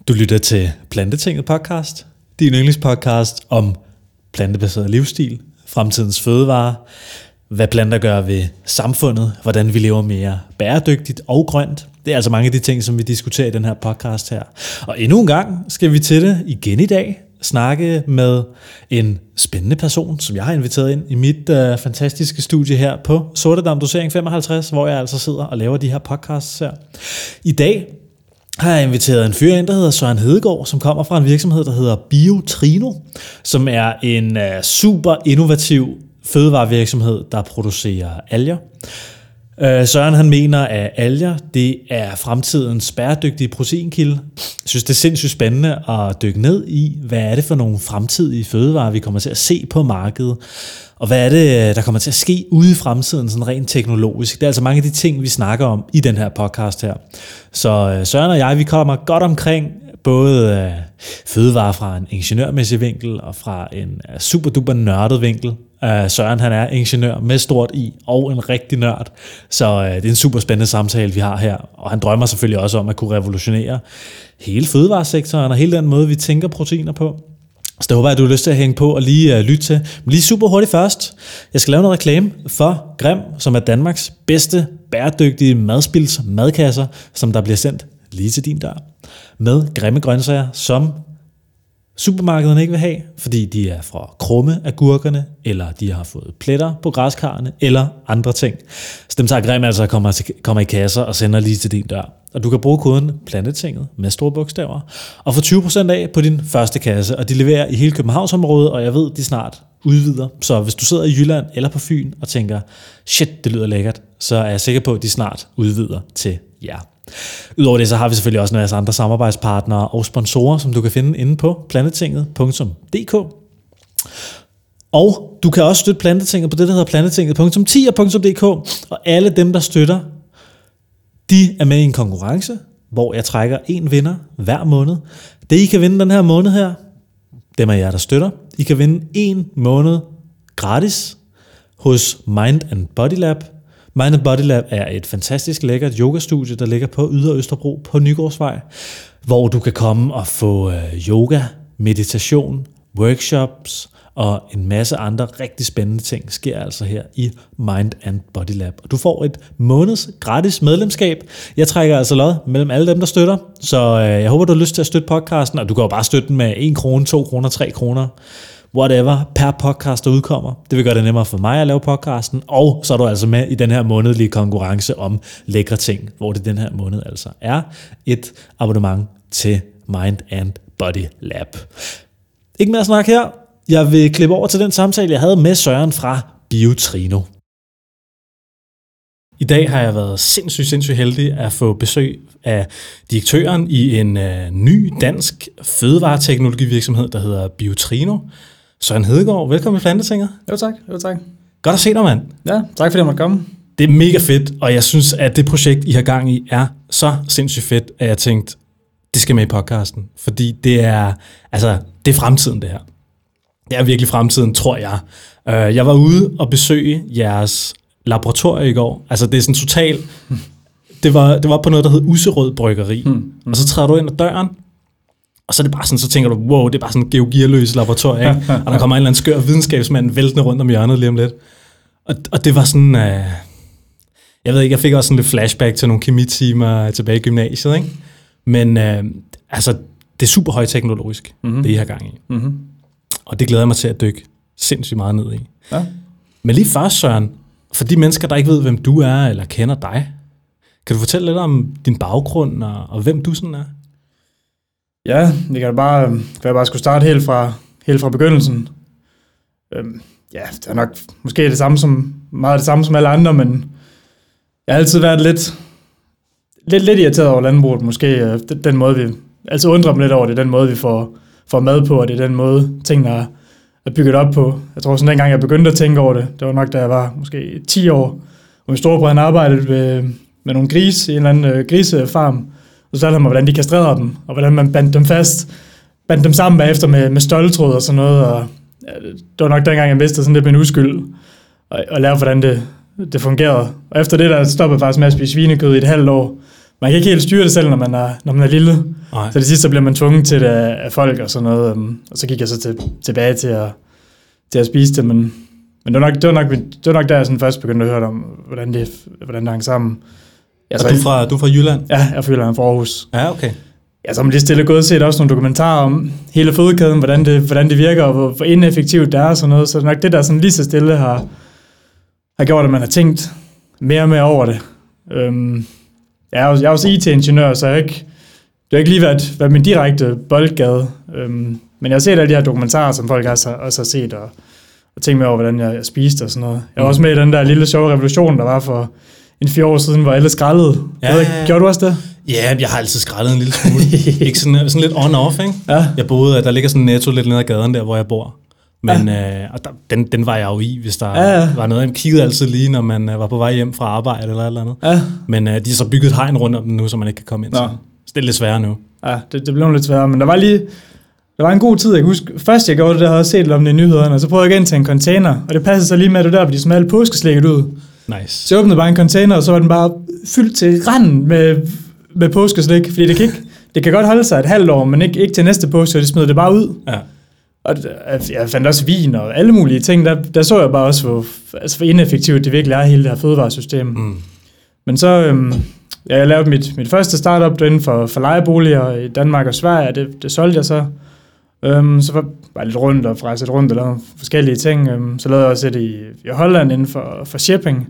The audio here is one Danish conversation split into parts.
Du lytter til Plantetinget podcast, din yndlingspodcast om plantebaseret livsstil, fremtidens fødevarer, hvad planter gør ved samfundet, hvordan vi lever mere bæredygtigt og grønt. Det er altså mange af de ting, som vi diskuterer i den her podcast her. Og endnu en gang skal vi til det igen i dag, snakke med en spændende person, som jeg har inviteret ind i mit fantastiske studie her på Sortedam Dosering 55, hvor jeg altså sidder og laver de her podcasts her. I dag har jeg inviteret en fyr ind, der hedder Søren Hedegaard, som kommer fra en virksomhed, der hedder Biotrino, som er en super innovativ fødevarevirksomhed, der producerer alger. Søren han mener, at alger det er fremtidens bæredygtige proteinkilde. Jeg synes, det er sindssygt spændende at dykke ned i, hvad er det for nogle fremtidige fødevarer, vi kommer til at se på markedet, og hvad er det, der kommer til at ske ude i fremtiden, sådan rent teknologisk. Det er altså mange af de ting, vi snakker om i den her podcast her. Så Søren og jeg, vi kommer godt omkring både fødevarer fra en ingeniørmæssig vinkel og fra en super duper nørdet vinkel. Søren han er ingeniør med stort I og en rigtig nørd, så det er en super spændende samtale, vi har her. Og han drømmer selvfølgelig også om at kunne revolutionere hele fødevaresektoren og hele den måde, vi tænker proteiner på. Så det håber jeg, at du har lyst til at hænge på og lige lytte til. Men lige super hurtigt først. Jeg skal lave noget reklame for Grim, som er Danmarks bedste bæredygtige madkasser, som der bliver sendt lige til din dør. Med grimme grøntsager, som supermarkederne ikke vil have, fordi de er fra krumme agurkerne, eller de har fået pletter på græskarne, eller andre ting. Så dem tager Grim altså kommer i kasser og sender lige til din dør. Og du kan bruge koden Plantetinget med store bogstaver, og få 20% af på din første kasse, og de leverer i hele Københavnsområdet, og jeg ved, de snart udvider. Så hvis du sidder i Jylland eller på Fyn og tænker, shit, det lyder lækkert, så er jeg sikker på, at de snart udvider til jer. Udover det, så har vi selvfølgelig også en masse andre samarbejdspartnere og sponsorer, som du kan finde inde på plantetinget.dk. Og du kan også støtte Plantetinget på det, der hedder plantetinget.10.dk, og alle dem, der støtter, de er med i en konkurrence, hvor jeg trækker en vinder hver måned. Det, I kan vinde den her måned her, dem er jer, der støtter. I kan vinde en måned gratis hos Mind and Body Lab. Mind and Body Lab er et fantastisk lækkert yogastudie, der ligger på Ydre Østerbro på Nygårdsvej, hvor du kan komme og få yoga, meditation, workshops og en masse andre rigtig spændende ting sker altså her i Mind and Body Lab. Og du får et måneds gratis medlemskab. Jeg trækker altså lod mellem alle dem, der støtter, så jeg håber, du har lyst til at støtte podcasten, og du kan jo bare støtte den med 1 krone, 2 kroner, 3 kroner, whatever, per podcast, der udkommer. Det vil gøre det nemmere for mig at lave podcasten, og så er du altså med i den her månedlige konkurrence om lækre ting, hvor det den her måned altså er et abonnement til Mind and Body Lab. Ikke mere snak her. Jeg vil klippe over til den samtale, jeg havde med Søren fra Biotrino. I dag har jeg været sindssygt heldig at få besøg af direktøren i en ny dansk fødevareteknologivirksomhed, der hedder Biotrino. Søren Hedegaard, velkommen i Plantetinget. Jo tak. Godt at se dig, mand. Ja, tak fordi jeg måtte komme. Det er mega fedt, og jeg synes, at det projekt, I har gang i, er så sindssygt fedt, at jeg tænkte, det skal med i podcasten. Fordi det er fremtiden, det her. Det er virkelig fremtiden, tror jeg. Jeg var ude og besøge jeres laboratorie i går. Altså, det er sådan totalt. Det var på noget, der hed Usserød Bryggeri. Og så træder du ind ad døren, og så er det bare sådan, så tænker du, wow, det er bare sådan en gearløs laboratorie, ikke? Og der kommer en eller anden skør videnskabsmand væltende rundt om hjørnet lige om lidt. Og det var sådan, jeg ved ikke, jeg fik også sådan lidt flashback til nogle kemitimer tilbage i gymnasiet, ikke? Men det er super højteknologisk, det I har gang i. Mm-hmm. Og det glæder jeg mig til at dykke sindssygt meget ned i. Ja. Men lige først, Søren, for de mennesker, der ikke ved, hvem du er eller kender dig, kan du fortælle lidt om din baggrund og hvem du sådan er? Ja, det kan jeg bare skulle starte helt fra begyndelsen. Det er nok måske meget det samme som alle andre, men jeg har altid været lidt irriteret over landbruget. Måske den måde, vi altid undrer mig lidt over det, den måde, vi får mad på, og det er den måde, tingene er bygget op på. Jeg tror sådan dengang, jeg begyndte at tænke over det, det var nok, da jeg var måske 10 år, hvor min storebror han arbejdede med nogle grise i en eller anden grisefarm, og så fortalte han mig, hvordan de kastrerede dem, og hvordan man bandt dem sammen bagefter med stoltråd og sådan noget, og det var nok dengang, jeg mistede sådan lidt min uskyld, og lære, hvordan det fungerede. Og efter det, der stoppede jeg faktisk med at spise svinekød i et halvt år, man kan ikke helt styre det selv, når man er lille. Nej. Så det sidste, så bliver man tvunget til det af folk og sådan noget. Og så gik jeg så tilbage til at spise det, men det var nok der, jeg sådan først begyndte at høre om, hvordan det hang sammen. Og du er fra Jylland? Ja, jeg er fra Jylland, fra Aarhus. Ja, okay. Ja, så har man lige stille gået og set også nogle dokumentarer om hele fødekæden, hvordan det virker, og hvor ineffektivt det er og sådan noget. Så det er nok det, der sådan lige så stille har gjort, at man har tænkt mere og mere over det. Jeg er også IT-ingeniør, så det har ikke lige været min direkte boldgade. Men jeg har set alle de her dokumentarer, som folk også har set, og tænkt mere over, hvordan jeg spiste og sådan noget. Jeg var også med i den der lille sjove revolution, der var for 4 år siden, hvor alle skraldede. Ja. Gjorde du også det? Ja, jeg har altid skrællet en lille smule. Ikke sådan lidt on-off, ikke? Ja. Der ligger sådan en Netto lidt ned ad gaden der, hvor jeg bor. Men og den var jeg jo i, hvis der var noget. Jeg kiggede altid lige, når man var på vej hjem fra arbejde eller et eller andet. Ja. Men de har så bygget et hegn rundt om den nu, så man ikke kan komme ind. Så det er lidt sværere nu. Ja, det blev lidt sværere, men der var en god tid, jeg kan huske. Først jeg gjorde det, der havde jeg set om det i nyhederne, og så prøvede jeg igen til en container, og det passede så lige med, at det der, hvor de smalte påskeslægget ud. Nice. Så jeg åbnede bare en container, og så var den bare fyldt til randen med påskeslæg, fordi det kan godt holde sig et halvt år, men ikke til næste påske, så de smed det bare ud. Ja. Og jeg fandt også vin og alle mulige ting, der så jeg bare også, hvor ineffektivt det virkelig er, hele det her fødevaresystem. Mm. Men så, jeg lavede mit første startup inden for lejeboliger i Danmark og Sverige, det solgte jeg så. Så var jeg lidt rundt og rejse rundt og lavede forskellige ting. Så lavede jeg også et i Holland inden for shipping.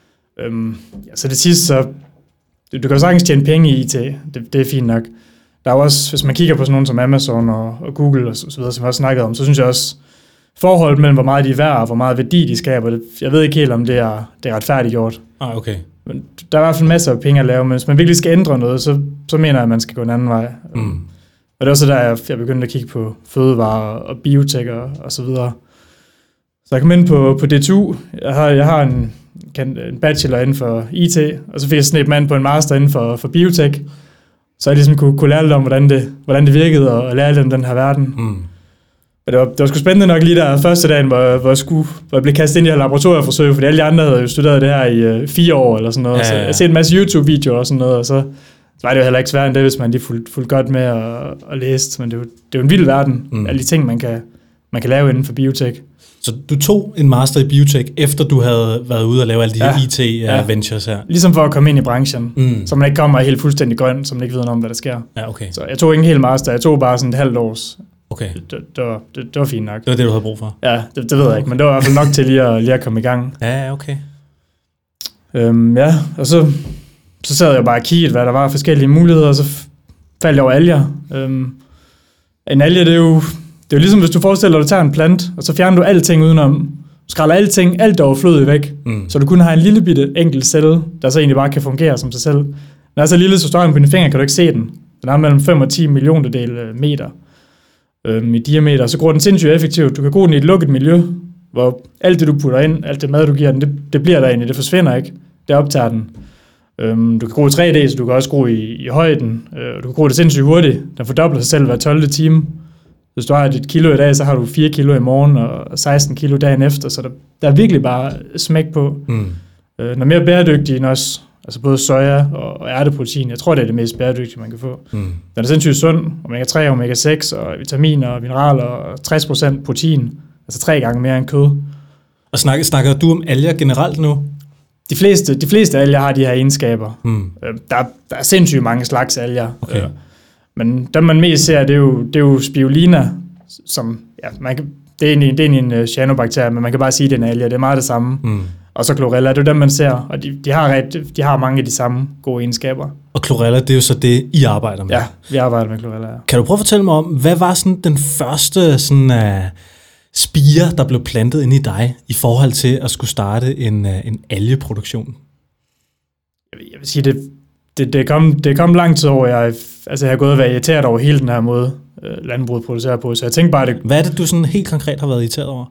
Så det sidste, så du kan jo sagtens tjene penge i IT, det er fint nok. Der er også, hvis man kigger på sådan nogle som Amazon og Google og så videre, som jeg også snakket om, så synes jeg også, forholdet mellem hvor meget de er værd og hvor meget værdi de skaber, jeg ved ikke helt, om det er retfærdiggjort. Okay. Men der er i hvert fald masser af penge at lave, men hvis man virkelig skal ændre noget, så mener jeg, at man skal gå en anden vej. Mm. Og det er også der, jeg begyndte at kigge på fødevarer og biotek og så videre. Så jeg kom ind på DTU. Jeg har en bachelor inden for IT, og så fik jeg snæbt mig ind på en master inden for biotek. Så jeg ligesom kunne lære lidt om, hvordan det virkede, og lære lidt om den her verden. Mm. Og det var sgu spændende nok lige der første dagen, hvor jeg blev kastet ind i her laboratorieforsøg, fordi alle de andre havde jo studeret det her i 4 år eller sådan noget. Ja. Så jeg har set en masse YouTube-videoer og sådan noget, og så var det jo heller ikke svært end det, hvis man lige fulgte godt med og læste. Men det er jo en vild verden, alle de ting, man kan lave inden for biotek. Så du tog en master i biotek, efter du havde været ude og lave alle de her IT-ventures her? Ligesom for at komme ind i branchen, så man ikke kommer helt fuldstændig grøn, så man ikke ved noget om, hvad der sker. Ja, okay. Så jeg tog ikke en hel master, jeg tog bare sådan et halvt års. Okay. Det var fint nok. Det var det, du havde brug for? Ja, det ved jeg ikke, men det var i hvert fald nok til lige at komme i gang. Ja, okay. Og så sad jeg bare og kiggede, hvad der var forskellige muligheder, og så faldt jeg over alger. En alge, det er jo ligesom, hvis du forestiller dig, at du tager en plant, og så fjerner du alting udenom, skræller alt overflødet væk, så du kun har en lille bitte enkelt celle, der så egentlig bare kan fungere som sig selv. Den er så lille, så står den på dine fingre, kan du ikke se den. Den er mellem 5 og 10 milliontedel meter i diameter, så går den sindssygt effektivt. Du kan bruge den i et lukket miljø, hvor alt det, du putter ind, alt det mad, du giver den, det bliver der egentlig, det forsvinder ikke. Det optager den. Du kan gro i 3D, så du kan også gro i højden, og du kan gro det sindssygt hurtigt. Den fordobler sig selv hver 12. time. Hvis du har et kilo i dag, så har du 4 kilo i morgen, og 16 kilo dagen efter, så der er virkelig bare smæk på. Noget mere bæredygtig end os, altså både soja og ærteprotein. Jeg tror, det er det mest bæredygtige, man kan få. Den er sindssygt sund, omega-3, omega-6 og vitaminer og mineraler og 60% protein, altså 3 gange mere end kød. Og snakker du om alger generelt nu? De fleste alger har de her egenskaber. Der er sindssygt mange slags alger. Okay. Men dem man mest ser, det er jo spirulina, som det er egentlig en cyanobakterie, men man kan bare sige, at det er en alge. Det er meget det samme. Og så chlorella, det er dem man ser, og de har mange af de samme gode egenskaber. Og chlorella, det er jo så det, I arbejder med? Ja, vi arbejder med chlorella. Ja. Kan du prøve at fortælle mig om, hvad var sådan den første spire, der blev plantet ind i dig, i forhold til at skulle starte en algeproduktion? Jeg vil sige, det kom lang tid over, jeg har gået og været irriteret over hele den her måde, landbruget producerer på, så jeg tænkte bare, Hvad er det, du sådan helt konkret har været irriteret over?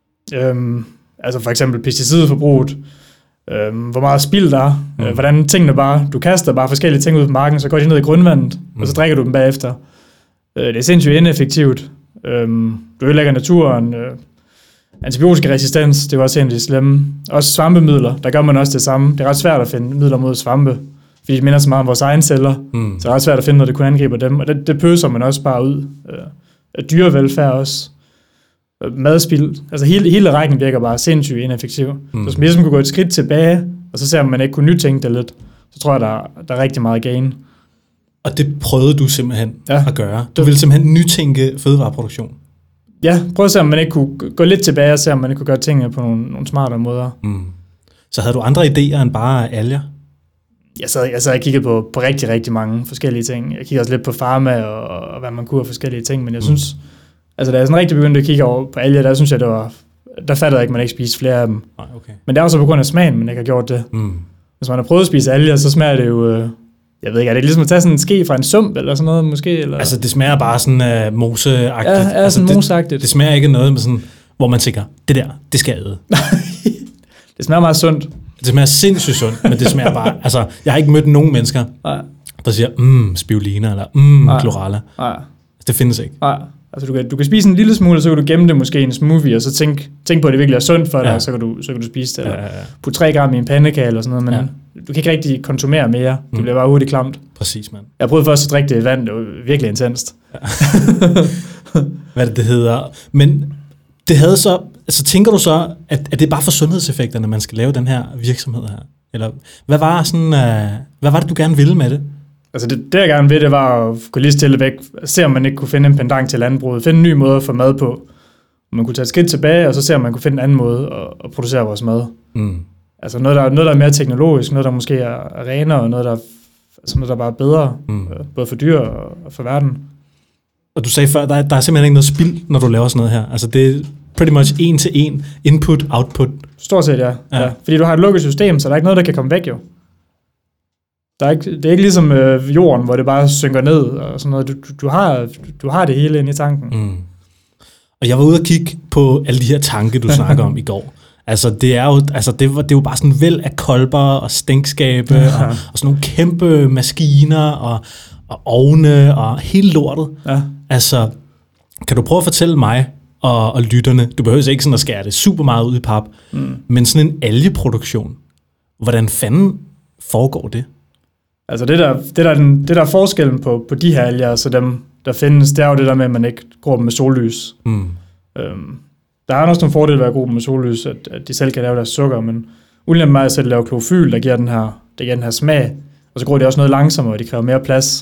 Altså for eksempel pesticidforbruget, hvor meget spild der er, hvordan tingene bare, du kaster bare forskellige ting ud på marken, så går de ned i grundvandet, og så drikker du dem bagefter. Det er sindssygt ineffektivt. Du ødelægger naturen. Antibiotikaresistens, det er også en af de slemme. Også svampemidler, der gør man også det samme. Det er ret svært at finde midler mod svampe, fordi de minder så meget om vores egne celler, så det er ret svært at finde noget, der kun angriber dem, og det pøser man også bare ud. Dyrevelfærd også. Madspild. Altså hele rækken virker bare sindssygt ineffektiv. Så hvis man ligesom kunne gå et skridt tilbage, og så ser man ikke kunne nytænke det lidt, så tror jeg, der er rigtig meget gain. Og det prøvede du simpelthen at gøre. Du ville simpelthen nytænke fødevareproduktion. Ja, prøv at se, om man ikke kunne gå lidt tilbage og se, om man ikke kunne gøre tingene på nogle smartere måder. Så havde du andre idéer end bare alger? Jeg sad og kiggede på rigtig, rigtig mange forskellige ting. Jeg kiggede også lidt på pharma og hvad man kunne af forskellige ting, men jeg synes, altså da jeg sådan rigtig begyndte at kigge over på alger, der synes jeg, der fattede jeg ikke, man ikke spiste flere af dem. Nej, okay. Men det er også på grund af smagen, man ikke har gjort det. Hvis man har prøvet at spise alger, så smager det jo... Jeg ved ikke, er det ligesom at tage sådan en ske fra en sump eller sådan noget måske? Eller? Altså det smager bare sådan moseagtigt. Ja, altså, sådan moseagtigt. Det smager ikke noget med sådan, hvor man tænker, det skal jeg æde. Det smager meget sundt. Det smager sindssygt sundt, men det smager bare... Altså, jeg har ikke mødt nogen mennesker, der siger, spirulina eller chlorella. Det findes ikke. Altså du kan spise en lille smule, så kan du gemme det måske i en smoothie, og så tænk på, at det virkelig er sundt for dig, og så kan du spise det. Eller putte 3 gram i en pandekage eller sådan noget, men du kan ikke rigtig konsumere mere. Det bliver bare hurtigt klamt. Præcis, mand. Jeg prøvede først at drikke det i vand, det var virkelig intenst. Ja. Hvad det hedder. Men det havde så... Altså tænker du så, at det er bare for sundhedseffekterne, man skal lave den her virksomhed her? Eller hvad var det, du gerne ville med det? Altså det jeg gerne ville, det var at gå lige stille væk, se om man ikke kunne finde en pendant til landbruget, finde en ny måde at få mad på. Man kunne tage et skridt tilbage, og så se om man kunne finde en anden måde at producere vores mad. Altså noget, der er mere teknologisk, noget, der måske er renere, og noget, der bare er bedre, både for dyr og for verden. Og du sagde før, der er simpelthen ikke noget spild, når du laver sådan noget her. Altså det er pretty much 1-til-1 input, output. Stort set, ja. Fordi du har et lukket system, så der er ikke noget, der kan komme væk jo. Det er ikke ligesom jorden, hvor det bare synker ned og sådan noget. Du har det hele inde i tanken. Og jeg var ude og kigge på alle de her tanke, du snakker om i går. Altså det er jo bare sådan en væld af kolber og stinkskabe og sådan nogle kæmpe maskiner og ovne og hele lortet. Ja. Altså, kan du prøve at fortælle mig og lytterne, du behøver ikke sådan at skære det super meget ud i pap, men sådan en algeproduktion, hvordan fanden foregår det? Altså det der er forskellen på de her alger, så dem der findes, det er jo det der med, at man ikke gror dem med sollys. Der er også nogle fordele ved at gro dem med sollys, at de selv kan lave deres sukker, men ulempen er at lave klorofyl, der giver den her smag, og så gror de også noget langsommere, og de kræver mere plads.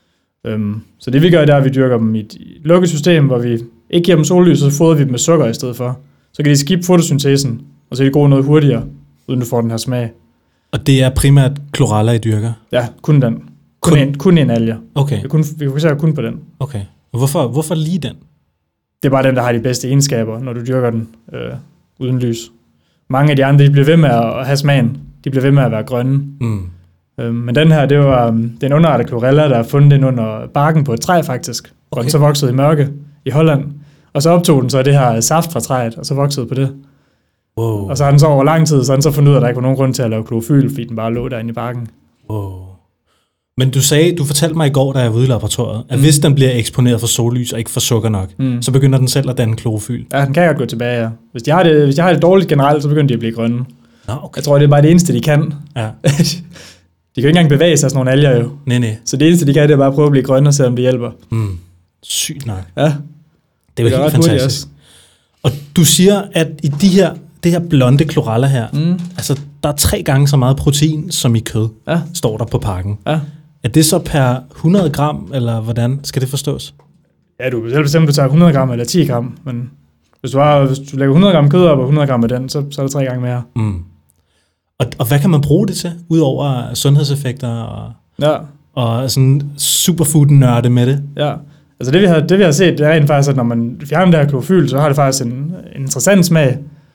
Så det vi gør, det er, at vi dyrker dem i et lukket system, hvor vi ikke giver dem sollys, og så fodrer vi dem med sukker i stedet for. Så kan de skippe fotosyntesen, og så kan de gro noget hurtigere, uden du får den her smag. Og det er primært chlorella, I dyrker? Ja, kun den. Kun en alge. Okay. Vi fokuserer kun på den. Okay. Hvorfor lige den? Det er bare den, der har de bedste egenskaber, når du dyrker den uden lys. Mange af de andre, de bliver ved med at have smagen. De bliver ved med at være grønne. Men den her, det var den underart af chlorella, der er fundet den under barken på et træ faktisk. Okay. Og den så voksede i mørke i Holland. Og så optog den så det her saft fra træet, og så voksede på det. Wow. Og så har den så over lang tid, så har den så fundet ud af, at der ikke var nogen grund til at lave klorofyl, fordi den bare lå derinde i barken. Wow. Men du fortalte mig i går, da jeg var ude i laboratoriet, at hvis den bliver eksponeret for sollys og ikke for sukker nok, så begynder den selv at danne klorofyl. Ja, den kan godt gå tilbage, ja. Hvis de har det dårligt generelt, så begynder de at blive grønne. Okay. Jeg tror, det er bare det eneste, de kan. Ja. De kan jo ikke engang bevæge sig, sådan nogle alger jo. Nej. Så det eneste, de kan, det er bare at prøve at blive grønne, selvom det hjælper. Sygt nok. Ja. Det er jo helt fantastisk. Og du siger, at i det her blonde chlorella her, altså der er 3 gange så meget protein som i kød, står der på pakken. Ja. Er det så per 100 gram, eller hvordan skal det forstås? Ja, du kan selv bestemme, om du tager 100 gram eller 10 gram, men hvis du lægger 100 gram kød op og 100 gram af den, så er det 3 gange mere. Og hvad kan man bruge det til, udover sundhedseffekter og sådan superfood-nørde med det? Ja, altså det vi har set, det er rent faktisk, at når man fjerner det her klorofyl, så har det faktisk en interessant smag.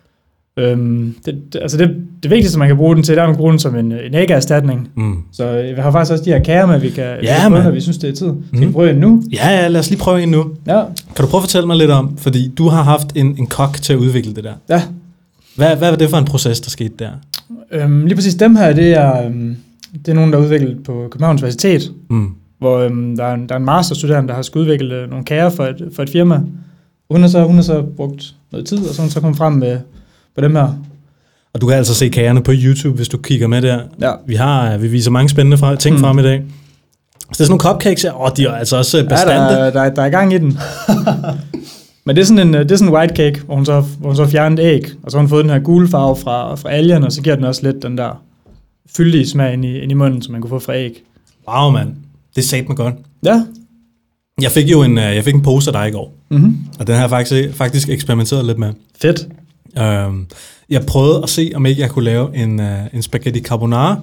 Det vigtigste, man kan bruge den til, det er, at man kan bruge den som en æggeerstatning. Så vi har faktisk også de her kager med, vi kan prøve, når vi synes, det er tid. Skal vi prøve en nu? Ja, lad os lige prøve en nu. Ja. Kan du prøve at fortælle mig lidt om, fordi du har haft en kok til at udvikle det der. Ja. Hvad var det for en proces, der skete der? Lige præcis dem her, det er nogen, der er udviklet på Københavns Universitet, hvor der er en masterstuderende, der har skulle udvikle nogle kager for et firma. Hun har så brugt noget tid, og så kom frem med på dem her. Og du kan altså se kagerne på YouTube, hvis du kigger med der. Ja. Vi viser mange spændende ting frem i dag. Så det er sådan nogle cupcakes her. De er altså også bestandte. Ja, der er gang i den. Men det er sådan en white cake, hvor hun så fjerner et æg, og så har hun fået den her gule farve fra algen, og så giver den også lidt den der fyldige smag ind i munden, som man kunne få fra æg. Wow, mand. Det sagde mig godt. Ja. Jeg fik jo en pose af dig i går, og den har jeg faktisk eksperimenteret lidt med. Fedt. Jeg prøvede at se, om ikke jeg kunne lave en spaghetti carbonara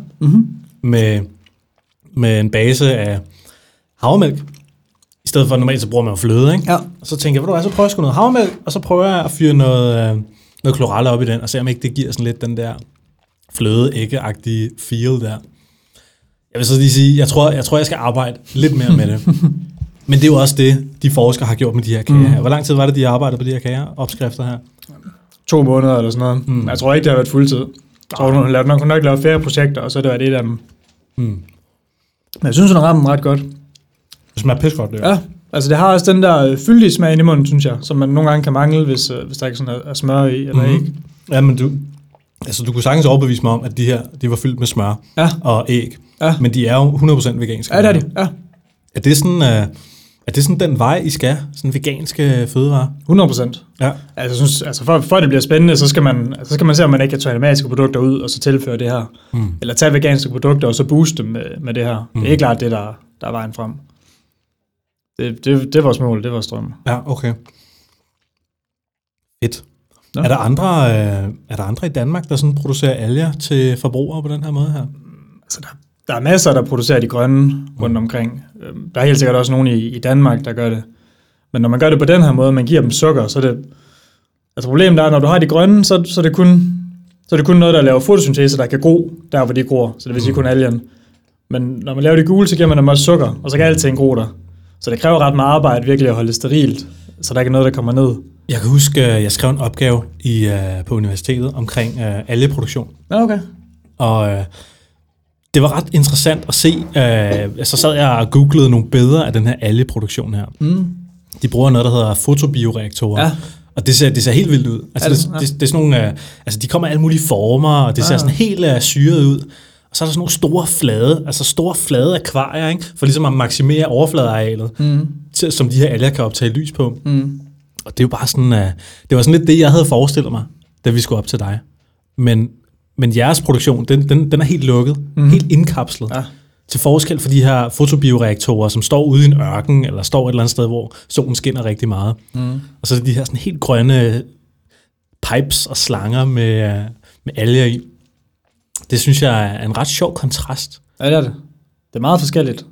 med en base af havremælk. I stedet for normalt, så bruger man jo fløde, ikke? Ja. Og så tænker jeg, så prøver jeg sgu noget havremælk, og så prøver jeg at fyre noget chlorella op i den, og se om ikke det giver sådan lidt den der fløde-ægge-agtige feel der. Jeg vil så lige sige, jeg tror, jeg skal arbejde lidt mere med det. Men det er jo også det, de forskere har gjort med de her kager her. Hvor lang tid var det, de arbejdede på de her kager, opskrifter her? 2 måneder eller sådan noget. Jeg tror ikke, det har været fuldtid. Jeg tror, hun har nok lavet flere projekter, og så er det et af dem. Men jeg synes, hun har ramt dem ret godt. Det smager pisse godt, det ja. Altså, det har også den der fyldige smag i munden, synes jeg, som man nogle gange kan mangle, hvis der ikke sådan er smør i, eller ikke. Ja, men du kunne sagtens overbevise mig om, at de var fyldt med smør og æg. Ja. Men de er jo 100% veganske. Ja, det er de. Ja. Er det sådan den vej, I skal? Sådan veganske fødevarer? 100%. Ja. Altså, jeg synes, for at det bliver spændende, så skal man se, om man ikke kan tage animalske produkter ud, og så tilføre det her. Eller tage veganske produkter, og så booste dem med det her. Det er ikke klart det, der er vejen frem. Det er vores mål, det er vores drøm. Ja, okay. Fedt. Ja. Er der andre i Danmark, der sådan producerer alger til forbrugere på den her måde her? Altså, der er masser, der producerer de grønne rundt omkring. Der er helt sikkert også nogen i Danmark, der gør det. Men når man gør det på den her måde, man giver dem sukker, så er det... Altså problemet er, når du har de grønne, så er det kun noget, der laver fotosyntese, der kan gro der, hvor de gror. Så det vil sige kun algen. Men når man laver de gule, så giver man dem også sukker, og så kan alting gro der. Så det kræver ret meget arbejde virkelig at holde det sterilt, så der ikke er noget, der kommer ned. Jeg kan huske, jeg skrev en opgave på universitetet omkring algeproduktion. Ja, okay. Og det var ret interessant at se. Så sad jeg og googlede nogle billeder af den her algeproduktion her. De bruger noget, der hedder fotobioreaktorer. Ja. Og det ser helt vildt ud. Altså, det er sådan nogle, de kommer i alle mulige former, og det ser sådan helt syret ud. Og så er der sådan nogle store flade akvarier, ikke? For ligesom at maksimere overfladearealet, som de her alger kan optage lys på. Og det er jo bare sådan, det var sådan lidt det, jeg havde forestillet mig, da vi skulle op til dig. Men jeres produktion, den er helt lukket, helt indkapslet. Ja. Til forskel for de her fotobioreaktorer, som står ude i en ørken, eller står et eller andet sted, hvor solen skinner rigtig meget. Og så er det de her sådan helt grønne pipes og slanger med alger i. Det synes jeg er en ret sjov kontrast. Ja, det er det. Det er meget forskelligt.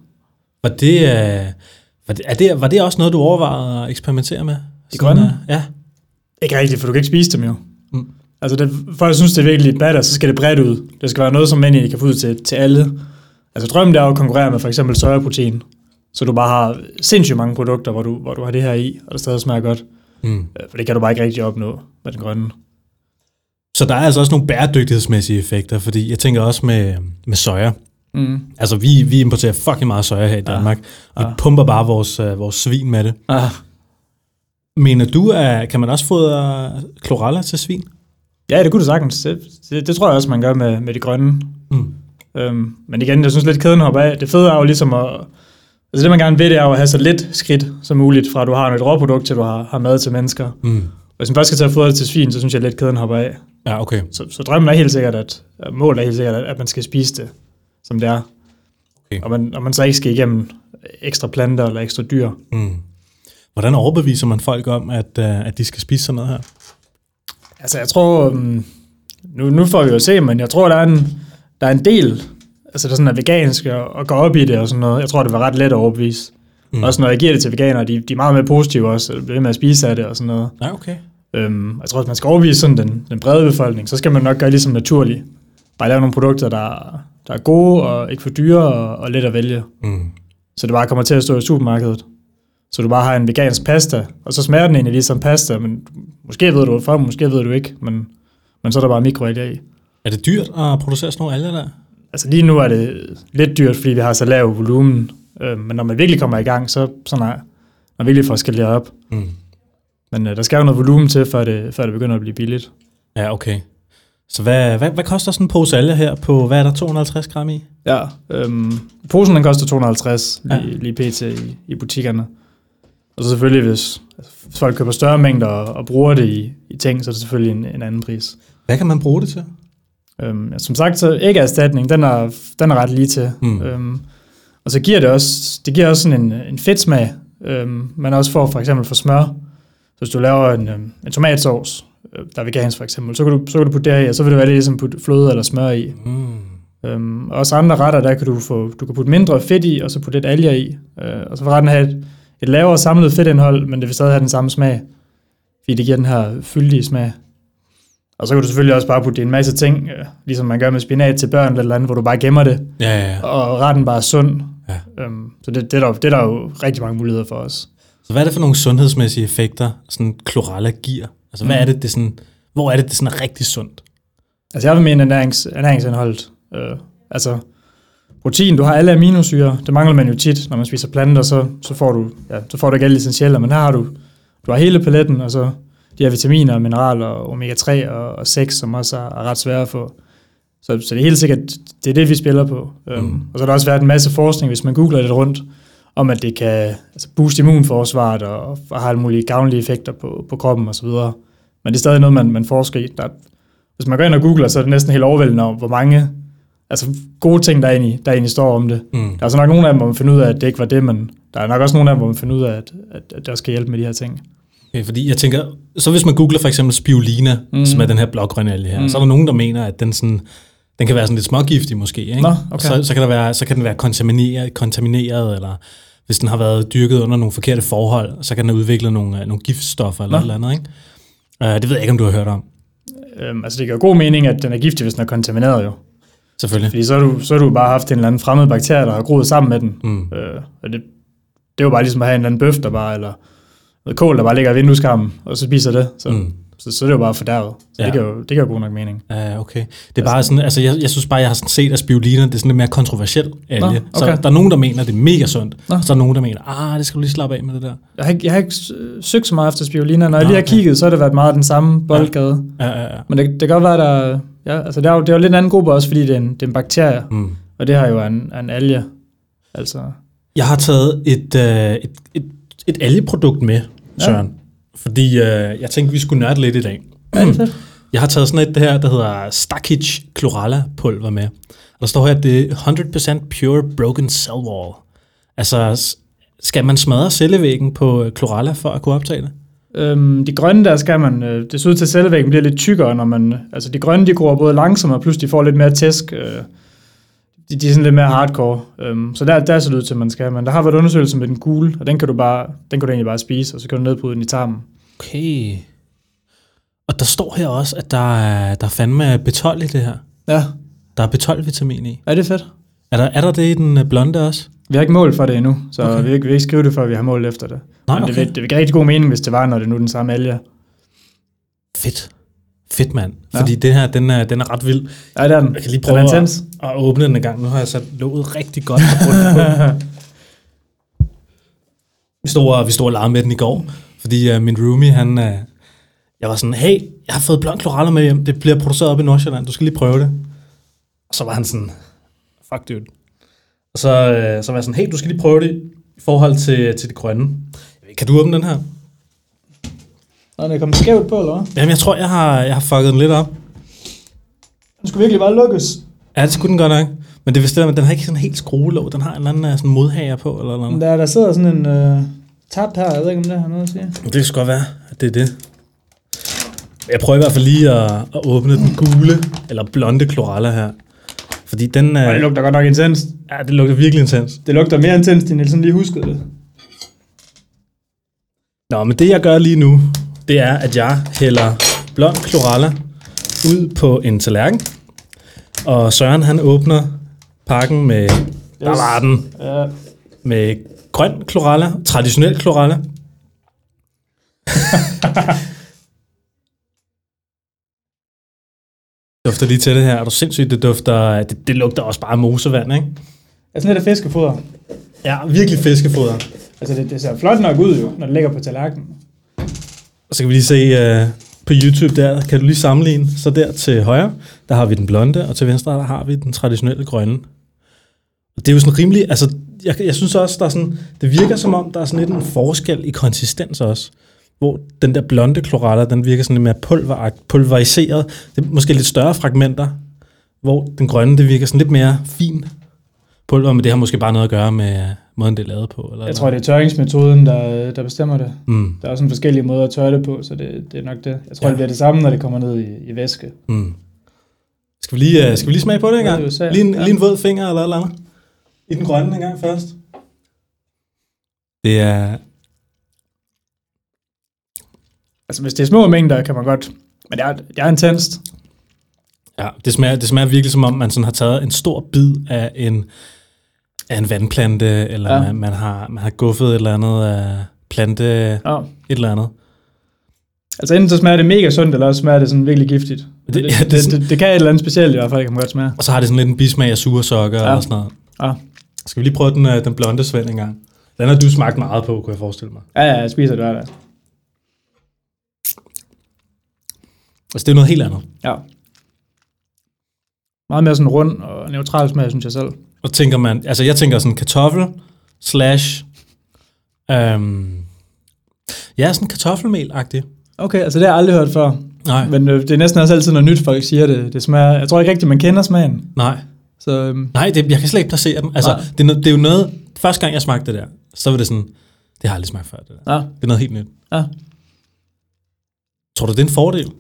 Var det også noget, du overvejede at eksperimentere med? De grønne? Ja. Ikke rigtigt, for du kan ikke spise dem jo. Altså, folk synes, det er virkelig lidt bad, så skal det bredt ud. Det skal være noget, som man egentlig kan få ud til alle. Altså, drømmen er jo at konkurrere med for eksempel sojaprotein. Så du bare har sindssygt mange produkter, hvor du har det her i, og det stadig smager godt. For det kan du bare ikke rigtig opnå med den grønne. Så der er altså også nogle bæredygtighedsmæssige effekter, fordi jeg tænker også med soja. Altså, vi importerer fucking meget soja her i Danmark, og vi pumper bare vores svin med det. Mener du, kan man også få chlorella til svin? Ja, det kunne du sagtens. Det tror jeg også, man gør med de grønne. Men igen, jeg synes lidt kæden hopper af. Det fede er jo ligesom at... Altså det, man gerne vil, det er jo at have så lidt skridt som muligt, fra at du har et råprodukt, til du har mad til mennesker. Hvis man først skal tage at fodre det til svin, så synes jeg lidt kæden hopper af. Ja, okay. Så drømmen er helt sikkert, målet er helt sikkert, at man skal spise det, som det er. Okay. Og man så ikke skal igennem ekstra planter eller ekstra dyr. Hvordan overbeviser man folk om, at de skal spise sådan noget her? Altså, jeg tror... Nu får vi jo se, men jeg tror, der er en del... Altså, der sådan er vegansk og går op i det og sådan noget. Jeg tror, det var ret let at overbevise. Også når jeg giver det til veganere, de er meget mere positive også. Bliver ved med at spise af det og sådan noget. Ja, okay. Jeg tror, hvis man skal overbevise sådan den brede befolkning, så skal man nok gøre ligesom naturligt. Bare lave nogle produkter, der er gode og ikke for dyre og let at vælge. Så det bare kommer til at stå i supermarkedet. Så du bare har en vegansk pasta, og så smager den egentlig ligesom pasta, men måske ved du hvorfor, måske ved du ikke, men så er der bare mikroalger i. Er det dyrt at producere sådan nogle alger der? Altså lige nu er det lidt dyrt, fordi vi har så lav volumen, men når man virkelig kommer i gang, så sådan man virkelig får skaleret op. Men der skal jo noget volumen til, før det begynder at blive billigt. Ja, okay. Så hvad koster sådan en pose alger her på, hvad er der, 250 gram i? Ja, posen den koster 250 lige pt. i butikkerne. Og så selvfølgelig, hvis folk køber større mængder og bruger det i ting, så er det selvfølgelig en anden pris. Hvad kan man bruge det til? Som sagt, så æggeerstatning, den er ret lige til. Og så giver det også sådan en fedtsmag, man også får for eksempel for smør. Så hvis du laver en tomatsauce, der er vegansk for eksempel, så kan du putte det i, og så vil det være det ligesom putte fløde eller smør i. Også andre retter, der kan du kan putte mindre fedt i, og så putte lidt alger i. Og så vil retten have et lavere samlet fedtindhold, men det vil stadig have den samme smag, fordi det giver den her fyldige smag. Og så kan du selvfølgelig også bare putte en masse ting, ligesom man gør med spinat til børn eller andet, hvor du bare gemmer det, og retten bare er sund. Ja. Så det er der jo rigtig mange muligheder for os. Så hvad er det for nogle sundhedsmæssige effekter, sådan chlorella giver? Altså hvad er det sådan, hvor er det sådan er rigtig sundt? Altså jeg vil mene ernæringsindholdet. Altså protein, du har alle aminosyre, det mangler man jo tit, når man spiser planter, så får du ikke alle essentielle, men her har du har hele paletten, og så de her vitaminer, mineraler, omega-3 og 6, som også er ret svære at få. Så det er helt sikkert, det er det, vi spiller på. Og så har der også været en masse forskning, hvis man googler lidt rundt, om at det kan booste immunforsvaret og har alle mulige gavnlige effekter på kroppen osv. Men det er stadig noget, man forsker i. Hvis man går ind og googler, så er det næsten helt overvældende om, hvor mange gode ting, der egentlig står om det. Der er så nok nogle af dem, hvor man finder ud af, at det ikke var det, men der er nok også nogle af dem, hvor man finder ud af, at der skal hjælpe med de her ting. Okay, fordi jeg tænker, så hvis man googler for eksempel spirulina, som er den her blågrønne alge her, så er der nogen, der mener, at den kan være sådan lidt smågiftig måske, ikke? Nå, okay. Så kan den være kontamineret, eller hvis den har været dyrket under nogle forkerte forhold, så kan den have udviklet nogle giftstoffer eller noget andet, ikke? Det ved jeg ikke, om du har hørt om. Det giver god mening, at den er giftig, hvis den er kontamineret jo. Selvfølgelig. Fordi så har du bare haft en eller anden fremmed bakterie, der har groet sammen med den. Og det er jo bare ligesom at have en eller anden bøf, der bare, eller noget kål, der bare ligger i vindueskarmen, og så spiser det. Så det er jo bare fordærvet. Så det giver jo god nok mening. Okay. Det er bare sådan, jeg synes bare, jeg har sådan set, at spirulina, det er sådan lidt mere kontroversielt alge. Okay. Så der er nogen, der mener, at det er mega sundt. Så er der nogen, der mener, det skal du lige slappe af med det der. Jeg har ikke søgt så meget efter spirulina. Når jeg lige har kigget, så har det været meget den samme boldgade. Ja. men det kan godt være, der... Ja, altså det er jo lidt en anden gruppe også, fordi det er en bakterie, og det her jo en alge. Altså. Jeg har taget et algeprodukt med, Søren, fordi jeg tænkte, vi skulle nørde lidt i dag. Jeg har taget sådan et her, der hedder Stakic Chlorella pulver med. Og der står her, at det er 100% pure broken cell wall. Altså, skal man smadre cellevæggen på chlorella for at kunne optage det? De grønne der skal man, det ser ud til, at cellevæggen bliver lidt tykkere, når man, altså de grønne, de gror både langsommere, og plus de får lidt mere tæsk, de er sådan lidt mere hardcore, så der ser det ud til, at man skal, men der har været undersøgelser med den gule, og den kan du egentlig bare spise, og så kan du nedbryde den i tarmen. Okay. Og der står her også, at der er fandme B12 i det her. Ja. Der er B12-vitamin i. Ja, det er fedt. Er der det i den blonde også? Vi har ikke målt for det endnu, så vi vil ikke skrive det, før vi har målt efter det. Nej, men det vil rigtig god mening, hvis det var, når det nu er den samme alge. Fedt, mand. Fordi det her, den er ret vild. Ja, det er den. Jeg kan lige prøve at åbne den en gang. Nu har jeg sat låget rigtig godt på. Vi stod og legede med den i går, fordi min roomie, jeg var sådan, hey, jeg har fået blond chlorella med hjem. Det bliver produceret op i Nordsjælland. Du skal lige prøve det. Og så var han sådan, fuck dude. Og så var jeg sådan, hey, du skal lige prøve det i forhold til det grønne. Kan du åbne den her? Nå, det er kommet skævt på, eller hvad? Jamen, jeg tror, jeg har fucket den lidt op. Den skulle virkelig bare lukkes. Ja, det skulle den godt nok. Men det er den har ikke sådan helt skruelåg. Den har en eller anden sådan modhager på, eller noget. Der sidder sådan en tab her. Jeg ved ikke, om det har noget at sige. Det skal godt være, at det er det. Jeg prøver i hvert fald lige at åbne den gule, eller blonde chlorella her. Fordi den... det lugter godt nok intens. Ja, det lugter virkelig intens. Det lugter mere intens, end jeg sådan lige huskede det. Nå, men det jeg gør lige nu, det er, at jeg hælder blond chlorella ud på en tallerken. Og Søren, han åbner pakken med... Yes. Der var den. Ja. Med grøn chlorella, traditionel chlorella. Dufter lige til det her. Er du sindssygt, det dufter... Det lugter også bare af mosevand, ikke? Ja, sådan er det fiskefoder. Ja, virkelig fiskefoder. Altså, det ser flot nok ud jo, når det ligger på tallerkenen. Og så kan vi lige se på YouTube, der kan du lige sammenligne. Så der til højre, der har vi den blonde, og til venstre, der har vi den traditionelle grønne. Og det er jo sådan rimelig, altså, jeg synes også, der er sådan, det virker som om, der er sådan lidt en forskel i konsistens også. Hvor den der blonde chlorella, den virker sådan lidt mere pulveriseret. Det er måske lidt større fragmenter, hvor den grønne, det virker sådan lidt mere fin pulver, men det har måske bare noget at gøre med måden, det er lavet på. Eller jeg tror, det er tørringsmetoden, der bestemmer det. Der er også en forskellige måder at tørre det på, så det er nok det. Jeg tror, det bliver det samme, når det kommer ned i væske. Skal vi lige smage på det en gang? Lige en våd finger eller noget andet? I den grønne en gang først. Det er... Altså, hvis det er små mængder, kan man godt... Men det er intenst. Ja, det smager virkelig som om, man sådan har taget en stor bid af en vandplante, eller man har guffet et eller andet plante, et eller andet. Altså enten så smager det mega sundt, eller også smager det sådan virkelig giftigt. Det kan et eller andet specielt i hvert fald, kan man godt smage. Og så har det sådan lidt en bismag af sure sokker eller sådan noget. Ja. Skal vi lige prøve den blonde Svend en gang? Den har du smagt meget på, kunne jeg forestille mig. Ja, jeg spiser det hver dag. Altså det er noget helt andet. Ja. Meget mere sådan rund og neutral smag, synes jeg selv. Og tænker man, altså jeg tænker sådan kartoffel slash, sådan kartoffelmel-agtigt. Okay, altså det har jeg aldrig hørt før. Nej. Men det er næsten også altid noget nyt, folk siger det smager. Jeg tror ikke rigtigt, man kender smagen. Nej. Så, Nej, jeg kan slet ikke placere den. Altså, det er jo noget, første gang jeg smagte det der, så var det sådan, det har jeg aldrig smagt før. Det der. Det er noget helt nyt. Ja. Tror du, det er en fordel?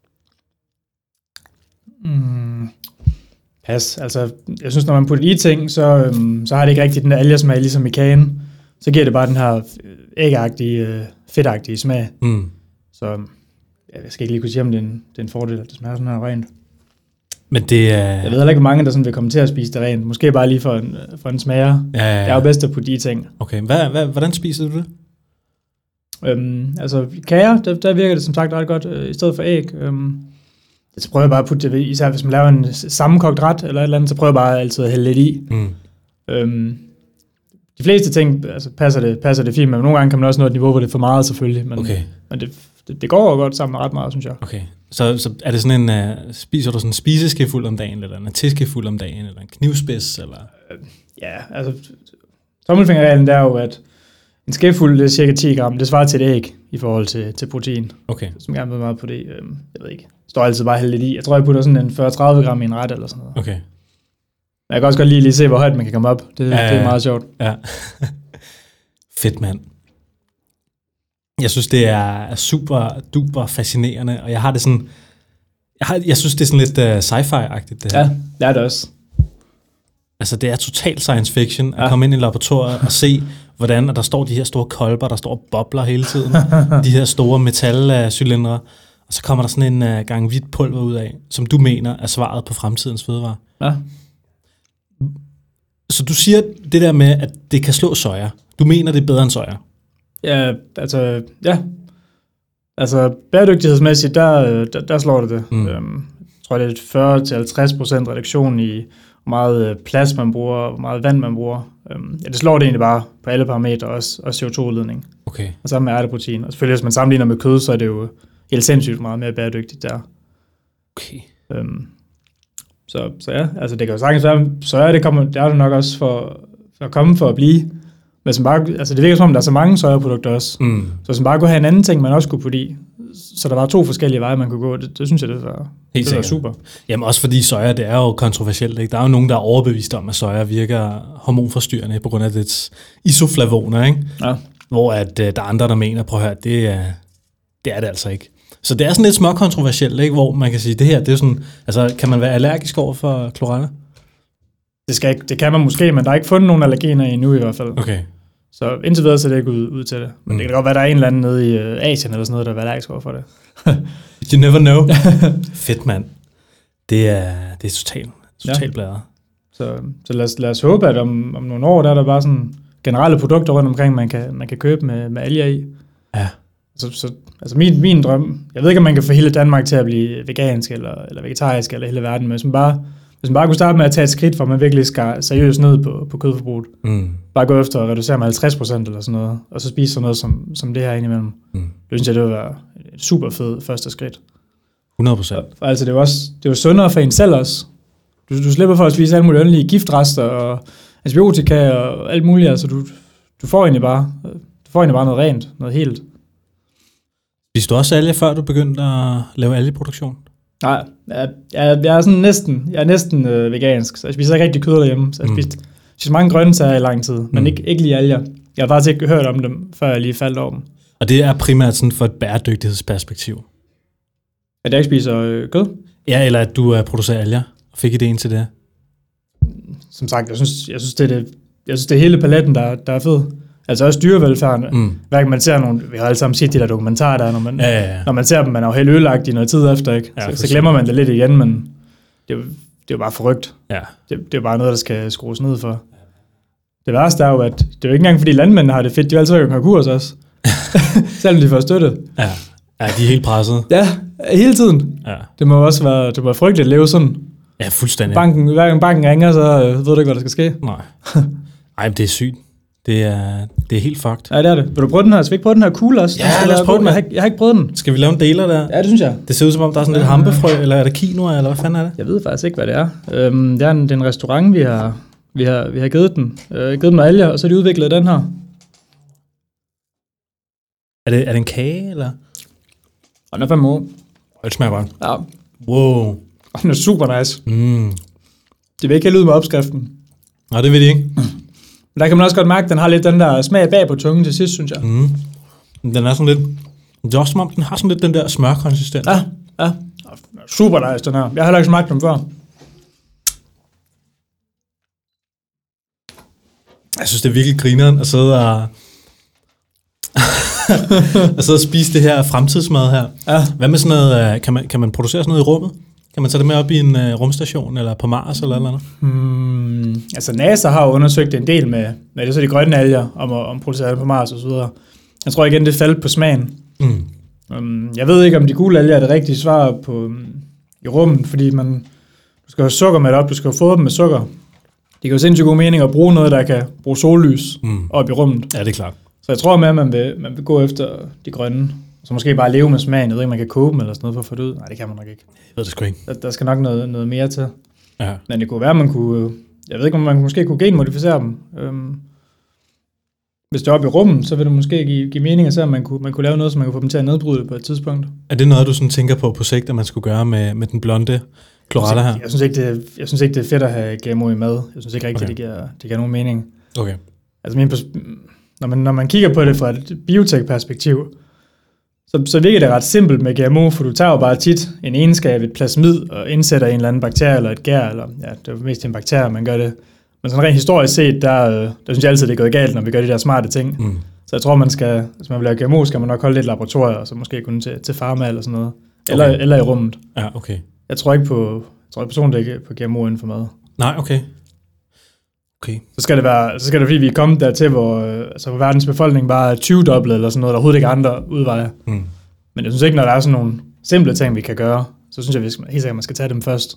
Pas. Altså, jeg synes, når man putter i ting, så har det ikke rigtig den der algesmag, ligesom i kagen. Så giver det bare den her ægagtige, fedtagtige smag. Så jeg skal ikke lige kunne sige, om det er en fordel, at det smager sådan her rent. Men det er... Jeg ved heller ikke, hvor mange, der sådan vil komme til at spise det rent. Måske bare lige for en smager. Ja. Det er jo bedst at putte i ting. Okay, hvordan spiser du det? Altså, kager, der virker det som sagt ret godt, i stedet for æg. Så prøver jeg bare at putte det, især hvis man laver en sammenkogt ret, eller et eller andet, så prøver jeg bare altid at hælde lidt i. De fleste ting altså, passer det fint, men nogle gange kan man også nå et niveau, hvor det er for meget selvfølgelig. Men det går godt sammen ret meget, synes jeg. Okay, så er det sådan en, spiser du sådan en spiseskefuld om dagen, eller en teskefuld om dagen, eller en knivspids, eller? Ja, altså, tommelfingerreglen der er jo, at en skefuld, det er cirka 10 gram, det svarer til et æg i forhold til protein. Okay. Som gerne vil meget på det, jeg ved ikke. Står altid bare hælde lidt i. Jeg tror, jeg putter sådan en 40-30 gram i en ret, eller sådan noget. Okay. Men jeg kan også godt lige se, hvor højt man kan komme op. Det er meget sjovt. Ja. Fedt, mand. Jeg synes, det er super duper fascinerende, og jeg har det sådan... Jeg synes, det er sådan lidt sci-fi-agtigt, det her. Ja, det er det også. Altså, det er total science fiction at komme ind i laboratoriet og se, hvordan der står de her store kolber, der står bobler hele tiden. De her store metalcylindre. Og så kommer der sådan en gang hvidt pulver ud af, som du mener er svaret på fremtidens fødevarer. Ja. Så du siger det der med, at det kan slå soja. Du mener, det er bedre end soja? Ja, altså, ja. Altså, bæredygtighedsmæssigt, der slår det det. Jeg tror, det er 40-50% reduktion i hvor meget plads man bruger, hvor meget vand man bruger. Det slår det egentlig bare på alle parametre, også CO2-udledning. Okay. Og sammen med ærteprotein. Og selvfølgelig, hvis man sammenligner med kød, så er det jo helt sindssygt meget mere bæredygtigt der. Okay. Så ja, altså det kan jo sagtens være, soja, det er det nok også for at komme for at blive. Hvis man bare, altså det virker som om, der er så mange sojaprodukter også. Så hvis man bare kunne have en anden ting, man også kunne putte i, så der var 2 forskellige veje, man kunne gå, det synes jeg, det var super. Jamen også fordi soja, det er jo kontroversielt, ikke? Der er jo nogen, der er overbevist om, at soja virker hormonforstyrrende på grund af dets isoflavoner, ikke? Ja. Hvor at, der er andre, der mener, prøv at høre, det er det altså ikke. Så det er sådan lidt småkontroversielt, ikke? Hvor man kan sige, det her, det er sådan, altså kan man være allergisk over for chlorella? Det kan man måske, men der er ikke fundet nogen allergener endnu i hvert fald. Okay. Så indtil videre ser det ikke ud til det. Men det kan godt være, der er en eller anden nede i Asien eller sådan noget, der er allergisk over for det. You never know. Fedt, mand. Det er totalt bladret. Så lad os håbe, at om nogle år, der er der bare sådan generelle produkter rundt omkring, man kan købe med alger i. Ja. Altså min drøm, jeg ved ikke, om man kan få hele Danmark til at blive vegansk eller vegetarisk eller hele verden, men hvis man bare kunne starte med at tage et skridt, for man virkelig skal seriøst ned på kødforbruget. Bare gå efter at reducere med 50% eller sådan noget, og så spise sådan noget som det her indimellem. Det synes jeg, det vil være super fed første skridt. 100%. For altså, det er jo sundere for en selv også. Du slipper for at spise alle mulige åndelige giftrester og antibiotika og alt muligt. Altså, du får egentlig bare noget rent, noget helt. Spiste du også alge, før du begyndte at lave algeproduktion? Nej, jeg er sådan næsten vegansk, så jeg spiser ikke rigtig kød derhjemme. Så jeg spiser mange grøntsager i lang tid, men ikke lige alger. Jeg har faktisk ikke hørt om dem, før jeg lige faldt over dem. Og det er primært sådan for et bæredygtighedsperspektiv? At jeg ikke spiser kød? Ja, eller at du producerer alger og fik idéen til det? Som sagt, jeg synes det er hele paletten, der er fed. Altså også dyrevelfærden. Hverken man ser nogle, vi har alle sammen set de der dokumentarer der, når man ser dem, man er jo helt ødelagt i noget tid efter, ikke? Så glemmer man det lidt igen, men det er jo bare forrygt. Ja. Det er jo bare noget, der skal skrues ned for. Det værste er jo, at det er jo ikke engang, fordi landmændene har det fedt, de er altid konkurs også. Selvom de får støtte. Ja, de er helt presset. Ja, hele tiden. Ja. Det må også være frygteligt at leve sådan. Ja, fuldstændig. Hver gang banken ringer, så ved du ikke, hvad der skal ske. Nej. Ej, det er sygt. Det er helt fucked. Ja, det er det. Vil du prøve den her? Skal vi ikke prøve den her kugle også? Ja, lad os prøve den. Jeg har ikke prøvet den. Skal vi lave en deler der? Ja, det synes jeg. Det ser ud som om, der er sådan lidt hampefrø, eller er det quinoa, eller hvad fanden er det? Jeg ved faktisk ikke, hvad det er. Det er en restaurant, vi har givet den. Givet dem alger, og så har de udviklet den her. Er det en kage, eller? Og den er 5 år. Det smager godt. Ja. Wow. Og den er super nice. Det vil ikke helt ud med opskriften. Nej, det vil de ikke. Men der kan man også godt mærke, at den har lidt den der smag bag på tungen til sidst, synes jeg. Den er sådan lidt... Det er også som om, den har sådan lidt den der smørkonsistens. Ja. Super nice, den her. Jeg har heller ikke smagt dem før. Jeg synes, det er virkelig grineren at sidde og spise det her fremtidsmad her. Ja. Hvad med sådan noget... Kan man producere sådan noget i rummet? Kan man tage det med op i en rumstation, eller på Mars, eller noget? Altså NASA har jo undersøgt en del med det så de grønne alger, om producere det på Mars og så videre. Jeg tror igen, det faldt på smagen. Jeg ved ikke, om de gule alger er det rigtige svar i rummet, fordi du skal have sukker med det op, du skal have fået dem med sukker. Det kan jo sindssygt god mening at bruge noget, der kan bruge sollys op i rummet. Ja, det er klart. Så jeg tror med, at man vil gå efter de grønne. Så måske bare leve med smagen. Jeg ved ikke, man kan koge dem eller sådan noget for at få det ud. Nej, det kan man nok ikke. Jeg ved det sgu ikke. Der skal nok noget mere til. Ja. Men det kunne være, at man kunne... Jeg ved ikke, om man måske kunne genmodificere dem. Hvis det er oppe i rummet, så vil det måske give mening at se, om man kunne lave noget, så man kunne få dem til at nedbryde det på et tidspunkt. Er det noget, du sådan tænker på sigt, at man skulle gøre med den blonde chlorella her? Jeg synes ikke, det er fedt at have GMO i mad. Jeg synes ikke rigtigt, det giver nogen mening. Okay. Altså, når man kigger på det fra et biotech-perspektiv, så virker det ret simpelt med GMO, for du tager jo bare tit en egenskab, et plasmid, og indsætter en eller anden bakterie eller et gær, eller ja, det er mest en bakterie, man gør det. Men sådan rent historisk set, der synes jeg altid, det er gået galt, når vi gør de der smarte ting. Så jeg tror, hvis man vil lave GMO, skal man nok holde lidt laboratorier, og så måske kun til pharma eller sådan noget. Eller i rummet. Ja, okay. Jeg tror personligt ikke på GMO inden for mad. Nej, okay. Så skal det fordi vi er kommet dertil, hvor verdens befolkning bare er 20-doblet, eller sådan noget, der overhovedet ikke er andre udveje. Men jeg synes ikke, når der er sådan nogle simple ting, vi kan gøre, så synes jeg, helt sikkert, at man skal tage dem først.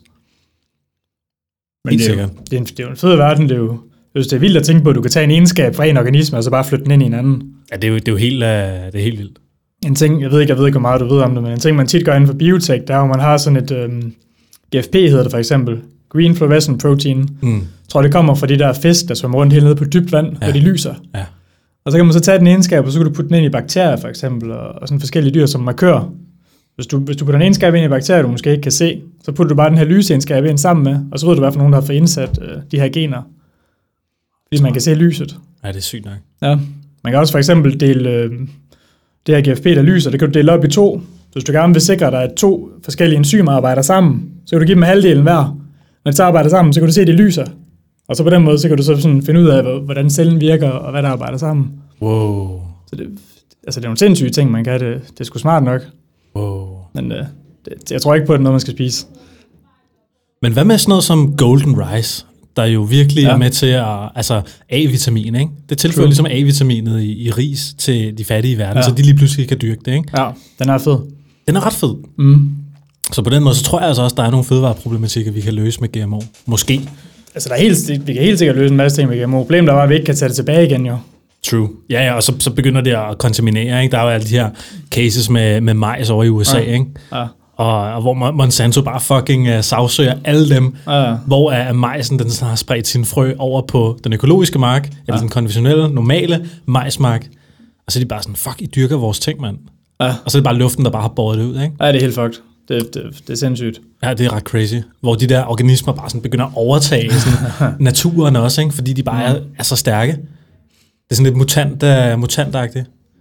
Men det er jo en fed verden, det er vildt at tænke på, at du kan tage en egenskab fra en organisme, og så bare flytte den ind i en anden. Ja, det er jo helt vildt. En ting, jeg ved ikke, hvor meget du ved om det, men en ting, man tit gør inden for biotech, der er jo, man har sådan et, GFP hedder det for eksempel, Green Fluorescent Protein. Jeg tror, det kommer fra de der fisk, der svømmer rundt helt nede på dybt vand, hvor de lyser. Ja. Og så kan man så tage den egenskab, og så kan du putte den ind i bakterier, for eksempel, og sådan forskellige dyr som markør. Hvis du putter en egenskab ind i bakterier, du måske ikke kan se, så putter du bare den her lyseegenskab ind sammen med, og så ved du, hvad for nogen, der har fået indsat de her gener. Fordi man kan se lyset. Ja, det er sygt nok. Ja. Man kan også for eksempel dele det her GFP, der lyser, det kan du dele op i 2. Så hvis du gerne vil sikre dig, at 2 forskellige enzymer arbejder sammen, så kan du give dem halvdelen hver. Når de så arbejder sammen, så kan du se, at de lyser. Og så på den måde, så kan du så sådan finde ud af, hvordan cellen virker, og hvad der arbejder sammen. Wow. Så det er nogle sindssyge ting, man kan. Det er sgu smart nok. Wow. Men jeg tror ikke på, at det er noget, man skal spise. Men hvad med sådan noget som golden rice, der jo virkelig er med til at... Altså A-vitamin, ikke? Det tilfører ligesom A-vitaminet i ris til de fattige i verden, så de lige pludselig kan dyrke det, ikke? Ja, den er fed. Den er ret fed. Så på den måde, så tror jeg altså også, der er nogle fødevareproblematikker, vi kan løse med GMO. Måske. Altså, vi kan helt sikkert løse en masse ting med GMO. Problemet er bare, at vi ikke kan tage det tilbage igen, jo. True. Ja, og så begynder det at kontaminere, ikke? Der er jo alle de her cases med majs over i USA, ikke? Ja. Og hvor Monsanto bare fucking sagsøger alle dem, hvor majsen den har spredt sin frø over på den økologiske mark, eller den konventionelle, normale majsmark, og så er de bare sådan, fuck, I dyrker vores ting, mand. Ja. Og så er det bare luften, der bare har båret det ud, ikke? Ja, det er helt fucked. Det er sindssygt. Ja, det er ret crazy. Hvor de der organismer bare sådan begynder at overtage sådan, naturen også, ikke? Fordi de bare er så stærke. Det er sådan lidt mutantagtigt.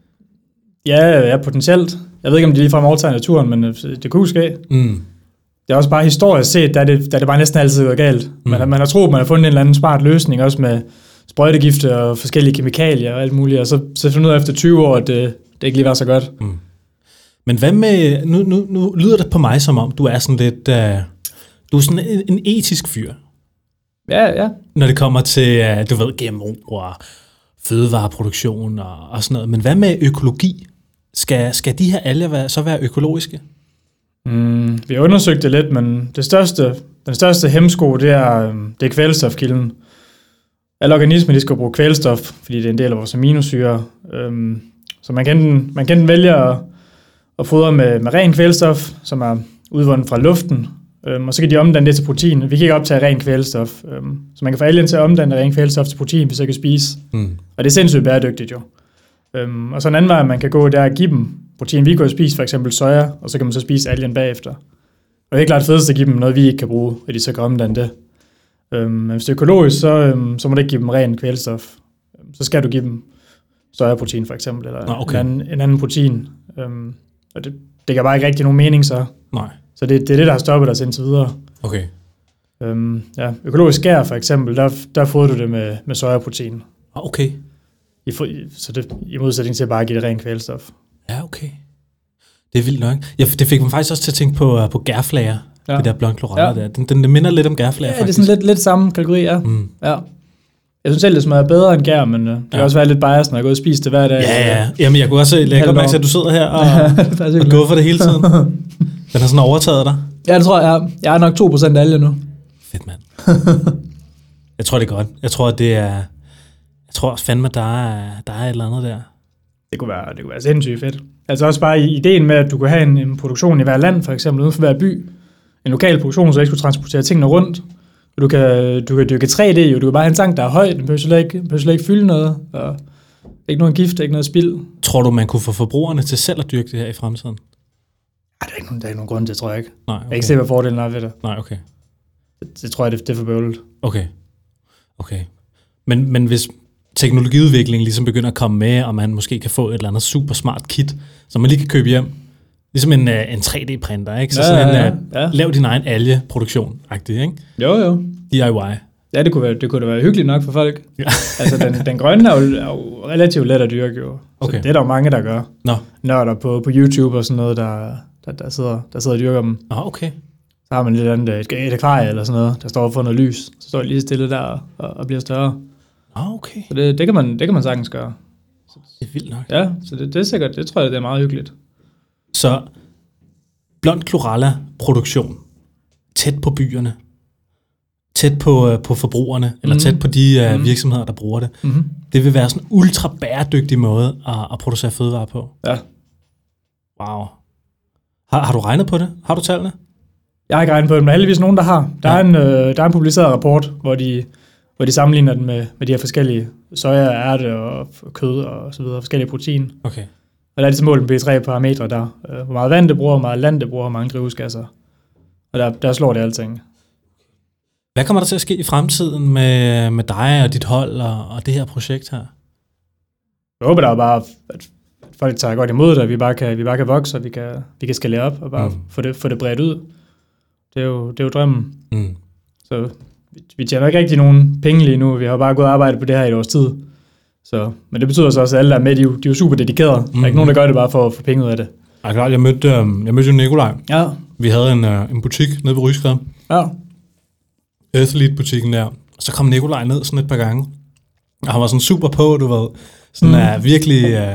Ja, potentielt. Jeg ved ikke, om de ligefrem overtager naturen, men det kunne ske. Det er også bare historisk set, der er det bare næsten altid gået galt. Man har troet, man har fundet en eller anden smart løsning, også med sprøjtegifte og forskellige kemikalier og alt muligt, og så fundet ud af efter 20 år, at det ikke lige var så godt. Men hvad med, nu lyder det på mig som om, du er sådan lidt, du er sådan en etisk fyr. Ja. Når det kommer til, du ved, GMO og fødevareproduktion og sådan noget. Men hvad med økologi? Skal de her alger så være økologiske? Vi har undersøgt det lidt, men den største hæmsko, det er kvælstofkilden. Alle organismer, de skal bruge kvælstof, fordi det er en del af vores aminosyre. Så man kan vælge at fodre med ren kvælstof, som er udvundet fra luften, og så kan de omdanne det til protein. Vi kan ikke optage ren kvælstof, så man kan få algen til at omdanne ren kvælstof til protein, hvis så kan spise. Og det er sindssygt bæredygtigt jo. Og så en anden vej, man kan gå, det er at give dem protein. Vi kan jo spise for eksempel soja, og så kan man så spise algen bagefter. Og det er klart fedest at give dem noget, vi ikke kan bruge, at de så kan omdanne det. Men hvis det er økologisk, så må du ikke give dem ren kvælstof. Så skal du give dem sojaprotein for eksempel, eller en anden protein. Og det kan bare ikke rigtig nogen mening så. Nej. Så det er det, der har stoppet os indtil videre. Okay. Økologisk skær for eksempel, der fodrer du det med sojaprotein. Okay. Så det i modsætning til at bare give det ren kvælstof. Ja, okay. Det er vildt nok. Ja, det fik mig faktisk også til at tænke på gærflager. Det der blondkloraller der. Den minder lidt om gærflager, faktisk. Ja, det er sådan lidt samme kategori, ja. Ja. Jeg synes selv, det smager bedre end gær, men det kan også være lidt biased, når jeg går og spiser det hver dag. Ja. Jamen, jeg kunne også lægge mærke til, at du sidder her og går for det hele tiden. Den har sådan overtaget dig. Ja, det tror jeg. Jeg er nok 2% alge nu. Fedt, mand. Jeg tror, det er godt. Jeg tror fandme, der er et eller andet der. Det kunne være sindssygt fedt. Altså også bare ideen med, at du kunne have en produktion i hver land, for eksempel uden for hver by. En lokal produktion, så du ikke skulle transportere tingene rundt. Du kan dyrke 3D, jo. Du kan bare have en tank, der er høj. Den behøver ikke fylde noget. Og ikke noget gift, ikke noget spild. Tror du, man kunne få forbrugerne til selv at dyrke det her i fremtiden? Der er ikke nogen grund til, tror jeg ikke. Nej, okay. Jeg kan ikke se, hvad fordelen er ved det. Nej, okay. Det tror jeg, det er for bøvlet. Okay. Men hvis teknologiudvikling ligesom begynder at komme med, og man måske kan få et eller andet super smart kit, som man lige kan købe hjem, ligesom en 3D-printer, ikke? Så lav din egen algeproduktion-agtig, ikke? Jo. DIY. Ja, det kunne da være hyggeligt nok for folk. Ja. Altså, den grønne er jo relativt let at dyrke, jo. Okay. Så det er der jo mange, der gør. Nørder på YouTube og sådan noget, der sidder og dyrker dem. Okay. Så har man lidt andet et akvarie eller sådan noget, der står for noget lys. Så står det lige stille der og bliver større. Okay. Så det kan man sagtens gøre. Det er vildt nok. Ja, så det er sikkert, det tror jeg, det er meget hyggeligt. Så blond chlorella-produktion tæt på byerne, tæt på forbrugerne, eller tæt på de virksomheder, der bruger det. Det vil være sådan en ultra bæredygtig måde at producere fødevarer på. Ja. Wow. Har du regnet på det? Har du tallene? Jeg har ikke regnet på det, men heldigvis nogen, der har. Der er en publiceret rapport, hvor de sammenligner den med de her forskellige soja, ærte og kød og så videre, forskellige protein. Okay. Og der er de målt med 3 parametre der. Hvor meget vand det bruger, hvor meget land det bruger, hvor mange drivhusgasser. Og der slår det alting. Hvad kommer der til at ske i fremtiden med dig og dit hold og det her projekt her? Jeg håber da bare, at folk tager godt imod det, at vi bare kan vokse, og vi kan skalere op og bare få det bredt ud. Det er jo drømmen. Så vi tjener ikke rigtig nogen penge lige nu. Vi har bare gået og arbejdet på det her i et års tid. Så, men det betyder så også, at alle der er med, de er jo super dedikerede. Der er ikke nogen, der gør det bare for at få penge ud af det. Ja, klart. Jeg mødte jo Nikolaj. Ja. Vi havde en butik nede på Rysgade. Ja. Athlete-butikken der. Og så kom Nikolaj ned sådan et par gange. Og han var sådan super på, du ved. Sådan virkelig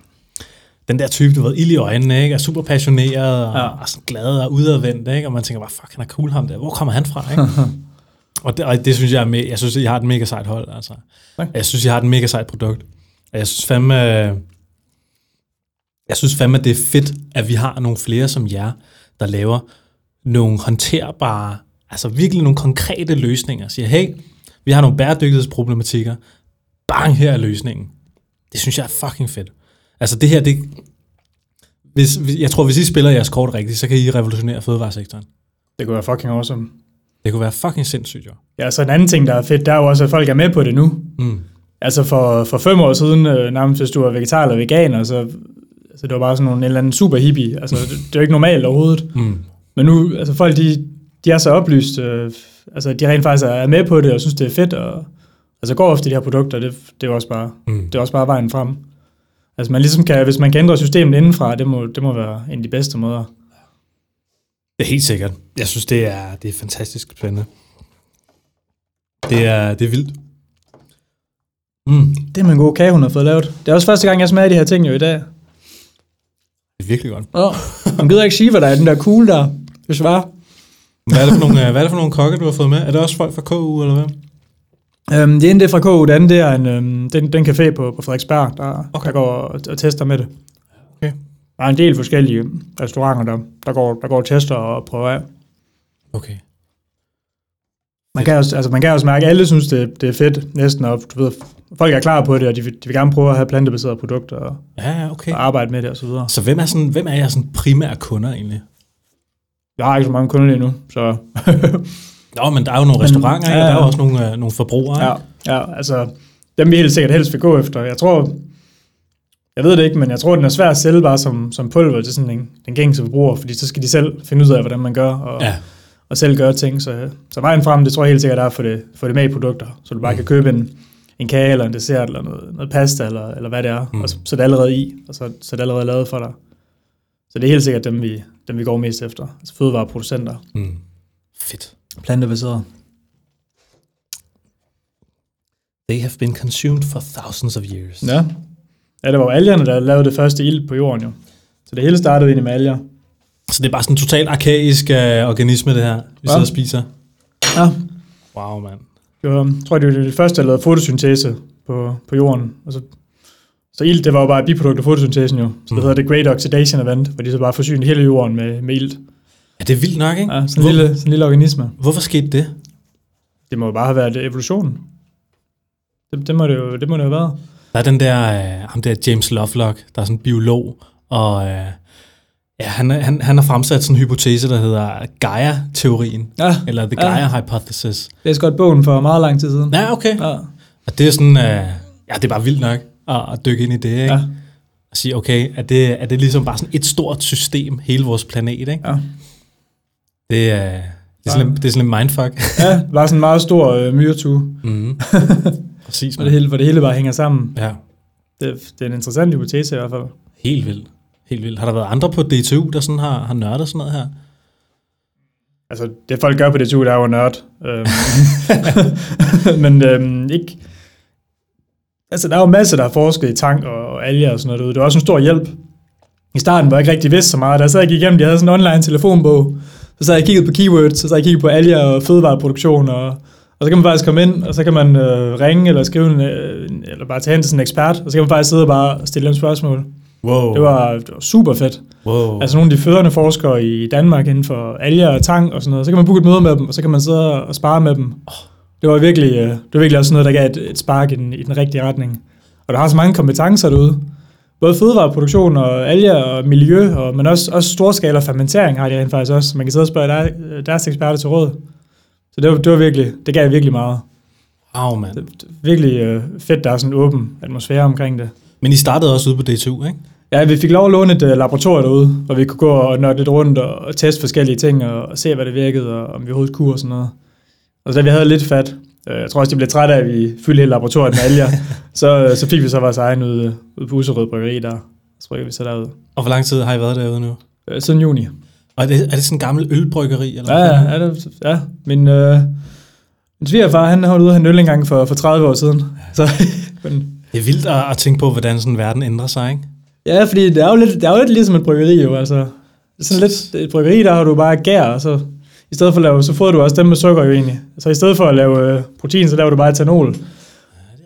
den der type, du ved, ild i øjnene, ikke? Er super passioneret og sådan glad og udadvendt, ikke? Og man tænker bare, fuck, han er cool ham der. Hvor kommer han fra, ikke? Og det synes jeg jeg synes, jeg har et mega sejt hold, altså. Okay. Jeg synes, jeg har et mega sejt produkt. Jeg synes fandme, at det er fedt, at vi har nogle flere som jer, der laver nogle håndterbare, altså virkelig nogle konkrete løsninger. Siger, hey, vi har nogle bæredygtighedsproblematikker. Bang, her er løsningen. Det synes jeg er fucking fedt. Altså det her, jeg tror, hvis I spiller jeres kort rigtigt, så kan I revolutionere fødevaresektoren. Det kunne være fucking awesome. Det kunne være fucking sindssygt, jo. Ja, så en anden ting, der er fedt, der er jo også, at folk er med på det nu. Altså for 5 år siden, nærmest hvis du var vegetar eller veganer, så det var bare sådan en eller anden super hippie. Altså det er jo ikke normalt overhovedet. Men nu, altså folk, de er så oplyst, altså de rent faktisk er med på det, og synes, det er fedt, og altså går efter de her produkter, det er også bare, det er også bare vejen frem. Altså man ligesom kan, hvis man kan ændre systemet indenfra, det må være en af de bedste måder. Det er helt sikkert. Jeg synes, det er fantastisk spændende. Det er vildt. Det er med en god kage, hun har fået lavet. Det er også første gang, jeg smager de her ting jo i dag. Det er virkelig godt. Man gider ikke sige, hvad der er den der kugle der, hvis var. Hvad er det for nogle kokke, du har fået med? Er det også folk fra KU, eller hvad? Det ene det er fra KU, det andet det er den café på Frederiksberg, der går og tester med det. Okay. Der er en del forskellige restauranter, der går og tester og prøver af. Okay. Man kan også mærke, at alle synes, det er fedt næsten, og du ved, folk er klar på det, og de vil gerne prøve at have plantebaserede produkter og, okay. og arbejde med det og så videre. Så hvem er jeres sådan primære kunder egentlig? Jeg har ikke så mange kunder lige nu, så... Nå, men der er jo nogle restauranter, og der er jo også nogle forbrugere. Ja, altså dem vi helt sikkert helst vil gå efter. Jeg ved det ikke, men jeg tror, den er svær at sælge bare som pulver til sådan den gængse forbruger, fordi så skal de selv finde ud af, hvordan man gør, og selv gøre ting. Så vejen frem, det tror jeg helt sikkert er at få det med i produkter, så du bare kan købe en kage, eller en dessert, eller noget pasta, eller hvad det er, og så er det allerede i, og så er det allerede lavet for dig. Så det er helt sikkert dem, vi går mest efter, altså fødevareproducenter. Fedt. Plantebaseret. They have been consumed for thousands of years. Ja, det var jo algerne, der lavede det første ild på jorden jo. Så det hele startede egentlig med alger. Så det er bare sådan en totalt arkaisk organisme, det her, vi sidder og spiser? Ja. Wow, mand. Jeg tror, det var det første, der lavede fotosyntese på jorden. Så ilt, det var jo bare et biprodukt af fotosyntesen jo. Så det hedder det Great Oxidation Event, hvor de så bare forsynede hele jorden med ilt. Ja, det er vildt nok, ikke? Ja, sådan en lille organisme. Hvorfor skete det? Det må jo bare have været evolutionen. Det må det jo have været. Der er ham der James Lovelock, der er sådan en biolog, og han har fremsat sådan en hypotese, der hedder Gaia-teorien, eller The Gaia Hypothesis. Det er godt bogen for meget lang tid siden. Ja, okay. Ja. Og det er sådan, det er bare vildt nok at dykke ind i det, ikke? Ja. Og sige, okay, er det ligesom bare sådan et stort system, hele vores planet, ikke? Ja. Det er sådan en mindfuck. Ja, bare sådan en meget stor myretue. Præcis. Hvor det hele bare hænger sammen. Ja. Det er en interessant hypotese i hvert fald. Helt vildt. Har der været andre på DTU, der sådan har nørdet sådan noget her? Altså, det folk gør på DTU, der er jo nørd. Men ikke... Altså, der er jo masser, der har forsket i tang og alger og sådan noget derude. Det var også en stor hjælp. I starten var jeg ikke rigtig vidst så meget. Da jeg gik igennem, de havde sådan en online telefonbog. Så sad jeg kigget på keywords, så sad jeg kigget på alger og fødevareproduktion, og så kan man faktisk komme ind, og så kan man ringe eller skrive eller bare tage hen til sådan en ekspert, og så kan man faktisk sidde og bare stille dem spørgsmål. Wow. Det var super fedt. Wow. Altså nogle af de førende forskere i Danmark inden for alger og tang og sådan noget, så kan man booke et møde med dem, og så kan man sidde og spare med dem. Det var virkelig også noget, der gav et spark i den rigtige retning. Og der har så mange kompetencer derude. Både fødevareproduktion og alger og miljø, men også storskala fermentering har de rent faktisk også. Man kan sidde og spørge deres eksperter til råd. Så det gav virkelig meget. Wow, mand. Det er virkelig fedt, der er sådan en åben atmosfære omkring det. Men I startede også ude på DTU, ikke? Ja, vi fik lov at låne et laboratorium derude, hvor vi kunne gå og nørde lidt rundt og teste forskellige ting og se, hvad det virkede, og om vi overhovedet kunne og sådan noget. Og så da vi havde lidt fat, jeg tror også, de blev trætte af, at vi fyldte hele laboratoriet med alger, så fik vi så vores egen ude på Userød Bryggeri der. Så rykker vi så derud. Og hvor lang tid har I været derude nu? Siden juni. Og er det sådan en gammel ølbryggeri? Eller ja. Min svigerfar, han holdt ude af en øl engang for 30 år siden. Så, det er vildt at tænke på, hvordan sådan en verden ændrer sig, ikke? Ja, fordi det er jo lidt ligesom et bryggeri, jo. Altså, sådan lidt, et bryggeri, der har du bare gær, og så i stedet for at lave, så får du også dem med sukker jo egentlig. Så i stedet for at lave protein, så laver du bare etanol.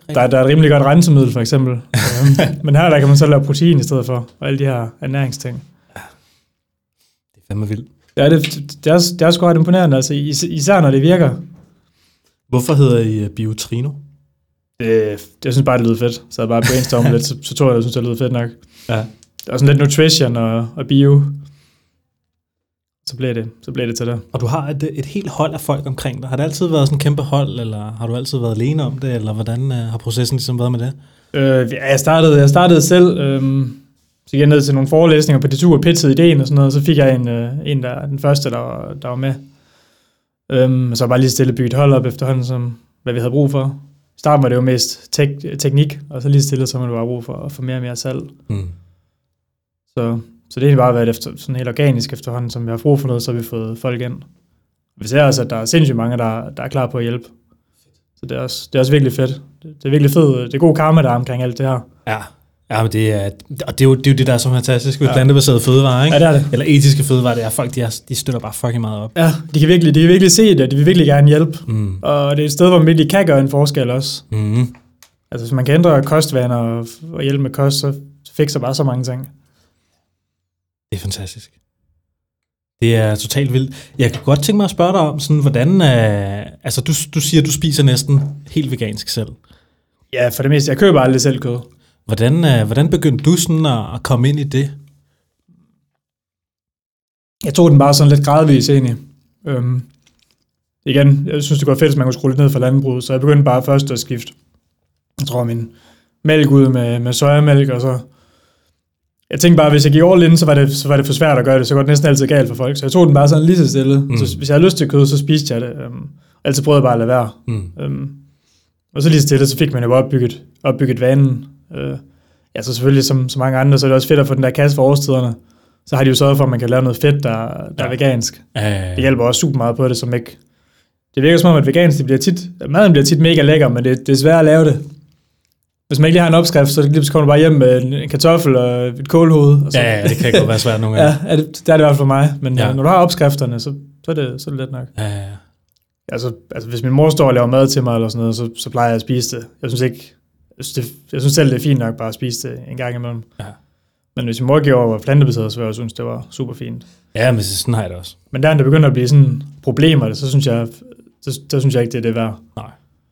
Der er et rimelig godt rensemiddel, for eksempel. Men her der kan man så lave protein i stedet for, og alle de her ernæringsting. Ja. Det er fandme vildt. Ja, det er sgu ret imponerende, altså, især når det virker. Hvorfor hedder I Biotrino? Jeg synes bare, det lyder fedt. Så jeg bare brainstormet lidt, så tror jeg synes, det lyder fedt nok. Ja. Der er sådan lidt nutrition og bio. Så bliver det til det. Og du har et helt hold af folk omkring dig. Har det altid været sådan en kæmpe hold, eller har du altid været alene om det, eller hvordan har processen ligesom været med det? Jeg startede selv, så gik jeg ned til nogle forelæsninger på DTU og pitchede ideen og sådan noget, og så fik jeg en der den første, der var med. Så bare lige stille bygget hold op efterhånden, som hvad vi havde brug for. I starten var det jo mest teknik, og så lige stille, så man jo bare brug for at få mere og mere salg. Så det har bare været efter, sådan helt organisk efterhånden, som vi har brug for noget, så har vi fået folk ind. Vi ser også, at der er sindssygt mange, der er klar på at hjælpe. Så det er også virkelig fedt. Det er virkelig fedt. Det er god karma, der er omkring alt det her. Ja, men det er jo det, der er så fantastisk ved plantebaserede fødevarer, ikke? Ja, det er det. Eller etiske fødevarer, det er folk, de støtter bare fucking meget op. Ja, de kan virkelig se det, de vil virkelig gerne hjælpe. Og det er et sted, hvor man virkelig kan gøre en forskel også. Altså, hvis man kan ændre kostvaner og hjælpe med kost, så fikser bare så mange ting. Det er fantastisk. Det er totalt vildt. Jeg kan godt tænke mig at spørge dig om, sådan, hvordan... altså, du siger, at du spiser næsten helt vegansk selv. Ja, for det meste. Jeg køber aldrig selv kød. Hvordan begyndte du sådan at komme ind i det? Jeg tog den bare sådan lidt gradvis ind i. Igen, jeg synes, det går fedt, hvis man kunne skrue lidt ned for landbruget, så jeg begyndte bare først at skifte. Jeg tror, min mælk ud med sojamælk, og så... Jeg tænkte bare, hvis jeg gik all in, så var det for svært at gøre det, så går det næsten altid galt for folk. Så jeg tog den bare sådan lige så stille. Så hvis jeg havde lyst til kød, så spiste jeg det. Altid prøvede jeg bare at lade være. Og så lige så stille, så fik man jo opbygget vanen. Ja, så selvfølgelig som så mange andre, så er det også fedt at få den der kasse for årstiderne. Så har de jo sørget for, at man kan lave noget fedt, der er vegansk. Det hjælper også super meget på det, som ikke... Det virker som om, at vegansk, maden bliver tit mega lækker, men det er svært at lave det. Hvis man ikke lige har en opskrift, så kommer du bare hjem med en kartoffel og et kålhoved. Og så. Ja, det kan godt være svært nogle gange. Ja, det er det i hvert fald for mig. Men når du har opskrifterne, så er det let nok. Ja. Altså, hvis min mor står og laver mad til mig, eller sådan noget, så plejer jeg at spise det. Jeg synes selv, det er fint nok bare at spise det en gang imellem. Ja. Men hvis min mor gjorde var plantebaseret, så ville jeg synes, det var super fint. Ja, men sådan har jeg det også. Men der begynder at blive sådan problemer, så synes jeg ikke, det er værd. Nej.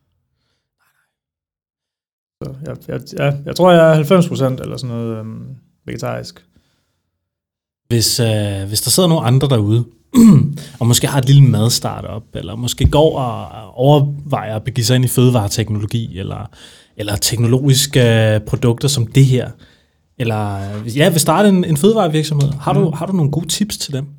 Så jeg tror, jeg er 90% eller sådan noget vegetarisk. Hvis der sidder nogle andre derude, og måske har et lille madstartup, eller måske går og overvejer at begive sig ind i fødevareteknologi, eller teknologiske produkter som det her, eller vil starte en fødevarevirksomhed, har du nogle gode tips til dem?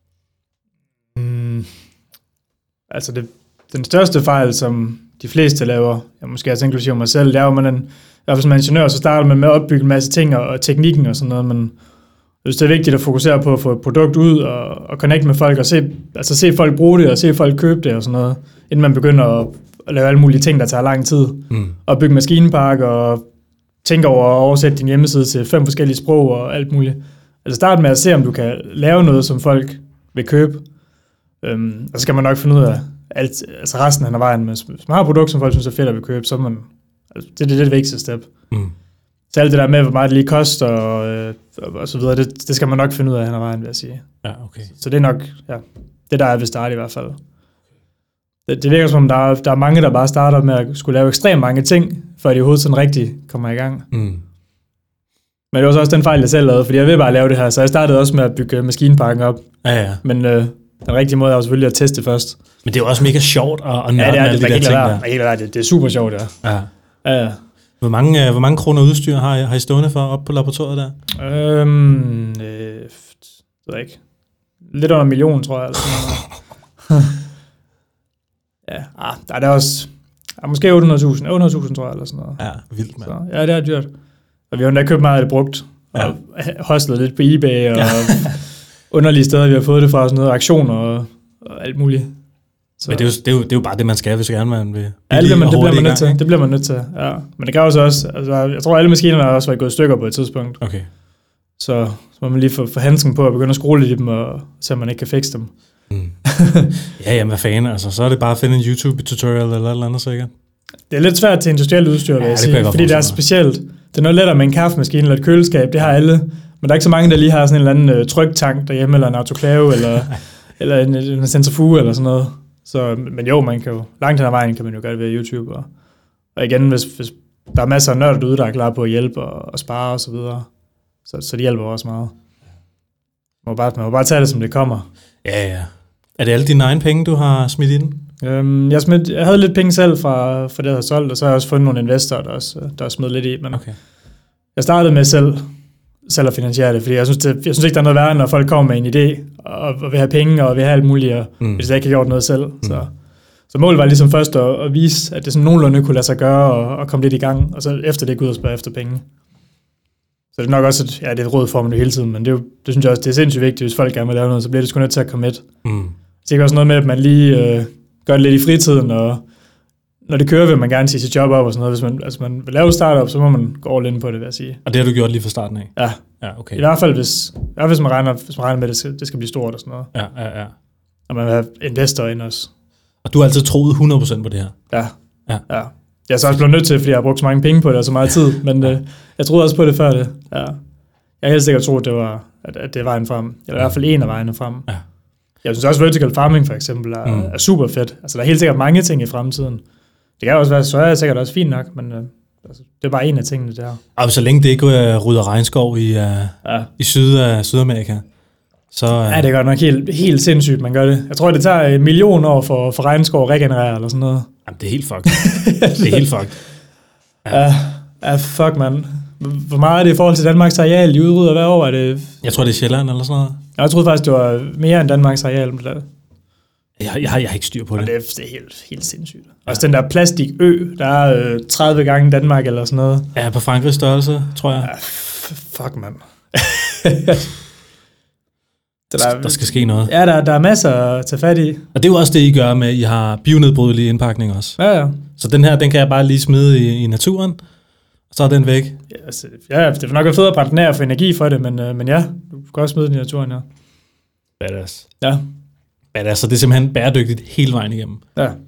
Altså den største fejl, som de fleste laver, måske også inklusive mig selv, det er jo, at man som ingeniør, så starter man med at opbygge en masse ting og teknikken og sådan noget, men jeg synes, det er vigtigt at fokusere på at få et produkt ud og connecte med folk og se folk bruge det og se folk købe det og sådan noget, inden man begynder at lave alle mulige ting, der tager lang tid. Og bygge maskinpark og tænke over at oversætte din hjemmeside til 5 forskellige sprog og alt muligt. Altså start med at se, om du kan lave noget, som folk vil købe. Og så skal man nok finde ud af resten af vejen. Hvis man har et produkt, som folk synes er fedt at vil købe, så man, det er det vigtigste step. Så alt det der med, hvor meget det lige koster og så videre, det skal man nok finde ud af hen ad vejen, vil jeg sige. Ja, okay. Så det er nok det, der er ved start i hvert fald. Det virker som om, der er mange, der bare starter med at skulle lave ekstremt mange ting, før de overhovedet sådan rigtig kommer i gang. Men det var så også den fejl, jeg selv lavede, fordi jeg vil bare lave det her, så jeg startede også med at bygge maskinparken op. Ja. Men den rigtige måde er jo selvfølgelig at teste først. Men det er jo også mega sjovt at nørde alle de der ting. Det er super sjovt, ja. Hvor mange kroner udstyr har I stående for op på laboratoriet der? Det ved jeg ikke. Lidt under 1 million, tror jeg. Eller sådan noget. Der er også måske 800.000. 800.000, tror jeg, eller sådan noget. Ja, vildt, mand. Så, ja, det er dyrt. Og vi har endda købt meget af det brugt. Og hostlet lidt på eBay, og underlige steder, vi har fået det fra, sådan noget, aktioner og alt muligt. Så. Men det er jo bare det, man skal, hvis man vil. Ja, det bliver man nødt til. Ja. Men det kræver også, jeg tror, alle maskinerne har også været gået i stykker på et tidspunkt. Okay. Så må man lige få handsken på at begynde at skrue lidt i dem, og så man ikke kan fikse dem. Jamen hvad fanden, altså, så er det bare at finde en YouTube-tutorial eller et eller andet sikkert. Det er lidt svært til industrielt udstyr, vil jeg sige, fordi det er specielt. Det er noget lettere med en kaffemaskine eller et køleskab, det har alle. Men der er ikke så mange, der lige har sådan en eller anden tryktank derhjemme, eller en autoklave, eller en centrifuge eller sådan noget. Så, men jo, man kan jo, langt hen ad vejen kan man jo gøre det via YouTube. Og igen, hvis der er masser af nørder derude, der er klar på at hjælpe og spare og så videre, så det hjælper også meget. Man må bare tage det, som det kommer. Ja. Er det alle dine egne penge, du har smidt i den? Jeg havde lidt penge selv fra det, jeg havde solgt, og så har jeg også fundet nogle investorer, der smed lidt i. Men okay. Jeg startede med selv at finansiere det, fordi jeg synes ikke, der er noget værre, når folk kommer med en idé, og vil have penge, og vil have alt muligt, og hvis jeg ikke har gjort noget selv. Så målet var ligesom først at vise, at det sådan nogenlunde kunne lade sig gøre, og komme lidt i gang, og så efter det gå ud og spørge efter penge. Så det er nok også, det er et råd for mig hele tiden, men det synes jeg også, det er sindssygt vigtigt, hvis folk gerne vil lave noget, så bliver det sgu nødt til at komme med. Det er også noget med, at man lige gør det lidt i fritiden, og når det kører, vil man gerne sige sit job op og sådan noget. Hvis man vil lave et startup, så må man gå all in på det, vil jeg sige. Og det har du gjort lige fra starten af? Ja, okay. I hvert fald, hvis man regner med, at det skal blive stort og sådan noget. Ja. Og man vil have investor ind også. Og du har altid troet 100% på det her? Ja. Jeg er så også blevet nødt til, fordi jeg har brugt så mange penge på det og så meget tid, men jeg troede også på det før det. Ja. Jeg har helt sikkert troet, at det er vejen frem. Eller i hvert fald en af vejene frem. Ja. Jeg synes også, vertical farming for eksempel er super fedt. Altså, der er helt sikkert mange ting i fremtiden. Det kan også være, så er det sikkert også fint nok, men det er bare en af tingene der. Og så længe det ikke rydder regnskov i Sydamerika, så... Ja, det er godt nok helt sindssygt, man gør det. Jeg tror, det tager 1 million år for regnskov at regenerere, eller sådan noget. Jamen, det er helt fucked. Det er helt fucked. Ja, fuck, man. Hvor meget er det i forhold til Danmarks areal, de udrydder hver år? Er det... Jeg tror, det er Sjælland eller sådan noget. Jeg troede faktisk, det var mere end Danmarks areal. Jeg har ikke styr på det. Det er helt sindssygt. Ja. Også den der plastikø, der er 30 gange Danmark eller sådan noget. Ja, på Frankrigs størrelse, tror jeg. Ja, fuck, mand. Der skal ske noget. Ja, der er masser at tage fat i. Og det er jo også det, I gør med, at I har bionedbrydelig indpakning også. Ja. Så den her, den kan jeg bare lige smide i naturen, og så er den væk. Ja, det er nok fedt at brænde den af og få energi for det, men ja, du kan også smide den i naturen, ja. Badass. Ja. Badass, så det er simpelthen bæredygtigt hele vejen igennem. Ja. Wow.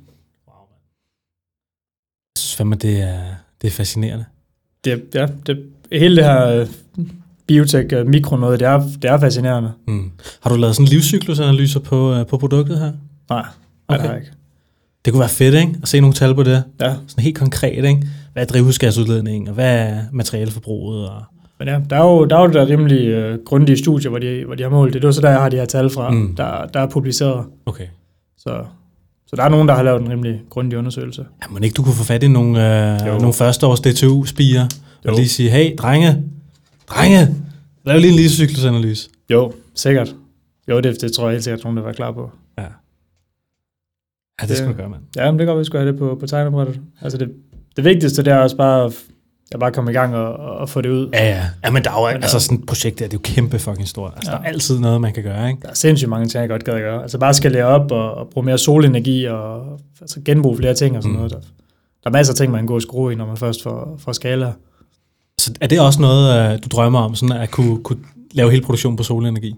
Jeg synes fandme, det er fascinerende. Hele det her biotech mikro noget, det er fascinerende. Har du lavet sådan en livscyklusanalyser på produktet her? Nej, okay. Det har jeg ikke. Det kunne være fedt, ikke? At se nogle tal på det. Ja. Sådan helt konkret, ikke? Hvad er drivhusgasudledning, og hvad er materialeforbruget? Men ja, der er jo det der rimelig grundige studier, hvor de har målt det. Det er så der, jeg har de her tal fra, der er publiceret. Okay. Så der er nogen, der har lavet en rimelig grundig undersøgelse. Ja, men ikke du kunne få fat i nogle førsteårs DTU-spirer, og lige sige, hey, drenge, lav lige en livscyklusanalyse. Jo, sikkert. Jo, det tror jeg helt sikkert, nogen der var klar på. Ja. Ja, det skal man gøre, mand. Ja, men det går, vi skulle have det på tegnebrættet. Altså det vigtigste, det er også bare at komme i gang og få det ud. Ja, men der er jo altså sådan et projekt der, det er jo kæmpe fucking stort. Altså, der er altid noget, man kan gøre, ikke? Der er sindssygt mange ting, jeg godt gad at gøre. Altså bare skalere op og bruge mere solenergi og altså genbruge flere ting og sådan noget. Der er masser af ting, man kan gå og skrue i, når man først får skala. Så er det også noget, du drømmer om, sådan at kunne lave hele produktionen på solenergi?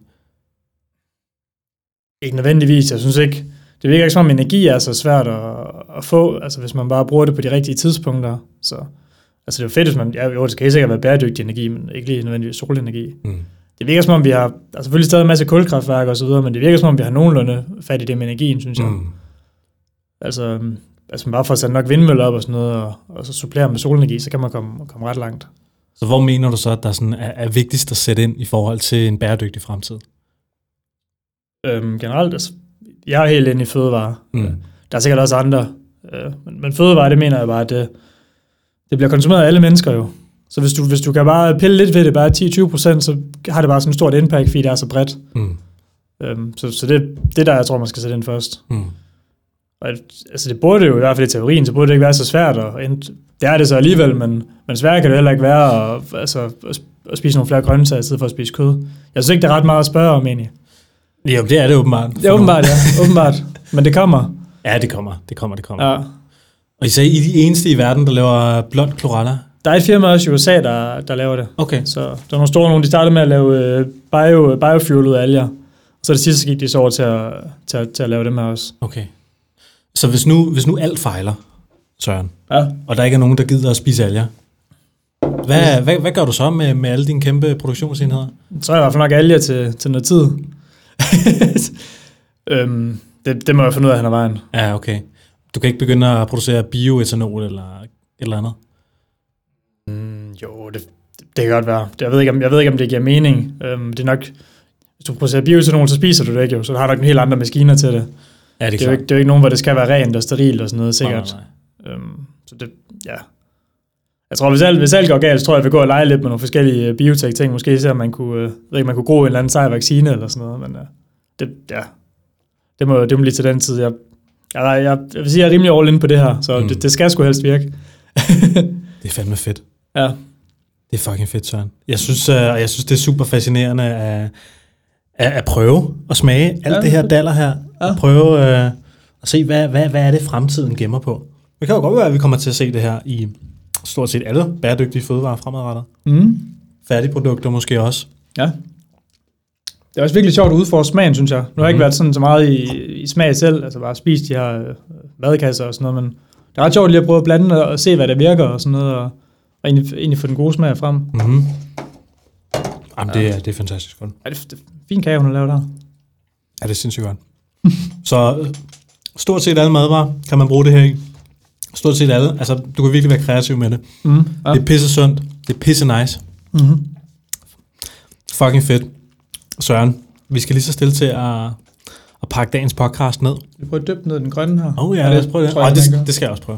Ikke nødvendigvis. Jeg synes ikke, det virker ikke som om energi er så svært at få, altså hvis man bare bruger det på de rigtige tidspunkter. Så altså det er jo fedt, hvis man, det skal sikkert være bæredygtig energi, men ikke lige nødvendigvis solenergi. Det virker som om vi har, altså selvfølgelig stadig en masse kulkraftværker og så videre, men det virker som om vi har nogenlunde fat i det med energien, synes jeg. Altså man bare får sat nok vindmøller op og sådan noget, og så supplere med solenergi, så kan man komme ret langt. Så hvor mener du så, at der sådan er vigtigst at sætte ind i forhold til en bæredygtig fremtid? Generelt, altså, jeg er helt inde i fødevare. Der er sikkert også andre. Men fødevare, det mener jeg bare, at det bliver konsumeret af alle mennesker jo. Så hvis du kan bare pille lidt ved det, bare 10-20%, så har det bare sådan et stort impact, fordi det er så bredt. Så det der, jeg tror, man skal sætte ind først. Og, altså det burde jo i hvert fald i teorien, så burde det ikke være så svært. Det er det så alligevel, men sværere kan det heller ikke være at spise nogle flere grøntsager, i stedet for at spise kød. Jeg synes ikke, det er ret meget at spørge om egentlig. Jo, det er det åbenbart. Det er åbenbart. Men det kommer. Ja, det kommer. Ja. Og I sagde, I er de eneste i verden, der laver blond chlorella? Der er et firma også i USA, der laver det. Okay. Så der er nogle store, de startede med at lave biofuel ud af alger. Så det sidste gik de så over til at lave dem her også. Okay. Så hvis nu alt fejler, Søren. Ja. Og der ikke er nogen, der gider at spise alger. Hvad gør du så med alle dine kæmpe produktionsenheder? Så er jeg i hvert fald nok alger til noget tid. Det må jeg finde ud af hen ad vejen. Ja, okay. Du kan ikke begynde at producere bioetanol eller et eller andet? Jo, det kan godt være. Jeg ved ikke, om det giver mening. Det er nok, hvis du producerer bioetanol, så spiser du det ikke jo, så du har nok en helt andre maskiner til det. Ja, det er jo ikke nogen, hvor det skal være rent og sterilt og sådan noget, sikkert. Nej. Så det, ja. Jeg tror, hvis alt går galt, så tror jeg, jeg vil gå og lege lidt med nogle forskellige biotech-ting. Måske se, om man kunne gro en eller anden sej vaccine eller sådan noget. Men det må blive til den tid. Jeg vil sige, jeg er rimelig all in på det her, så det skal sgu helst virke. Det er fandme fedt. Ja. Det er fucking fedt, Søren. Jeg synes, det er super fascinerende at prøve at smage alt det her daller her. Ja. Og prøve at se, hvad er det fremtiden gemmer på. Det kan jo godt være, at vi kommer til at se det her i stort set alle bæredygtige fødevarer fremadrettet. Færdigprodukter måske også. Ja. Det er også virkelig sjovt at udfordre smagen, synes jeg. Nu har jeg ikke været sådan så meget i smag selv, altså bare spist de her madkasser og sådan noget, men det er ret sjovt lige at prøve at blande og se, hvad der virker og sådan noget, og egentlig få den gode smag frem. Jamen, det er fantastisk godt. Ja, det er fin kage, hun har lavet der. Ja, det er sindssygt godt. Så stort set alle madvarer kan man bruge det her i. Stort set alle. Altså, du kan virkelig være kreativ med det. Ja. Det er pisse sundt. Det er pisse nice. Fucking fedt. Søren, vi skal lige så stille til at pakke dagens podcast ned. Vi prøver at dyppe ned i den grønne her. Ja, lad os prøve det. Det skal jeg også prøve.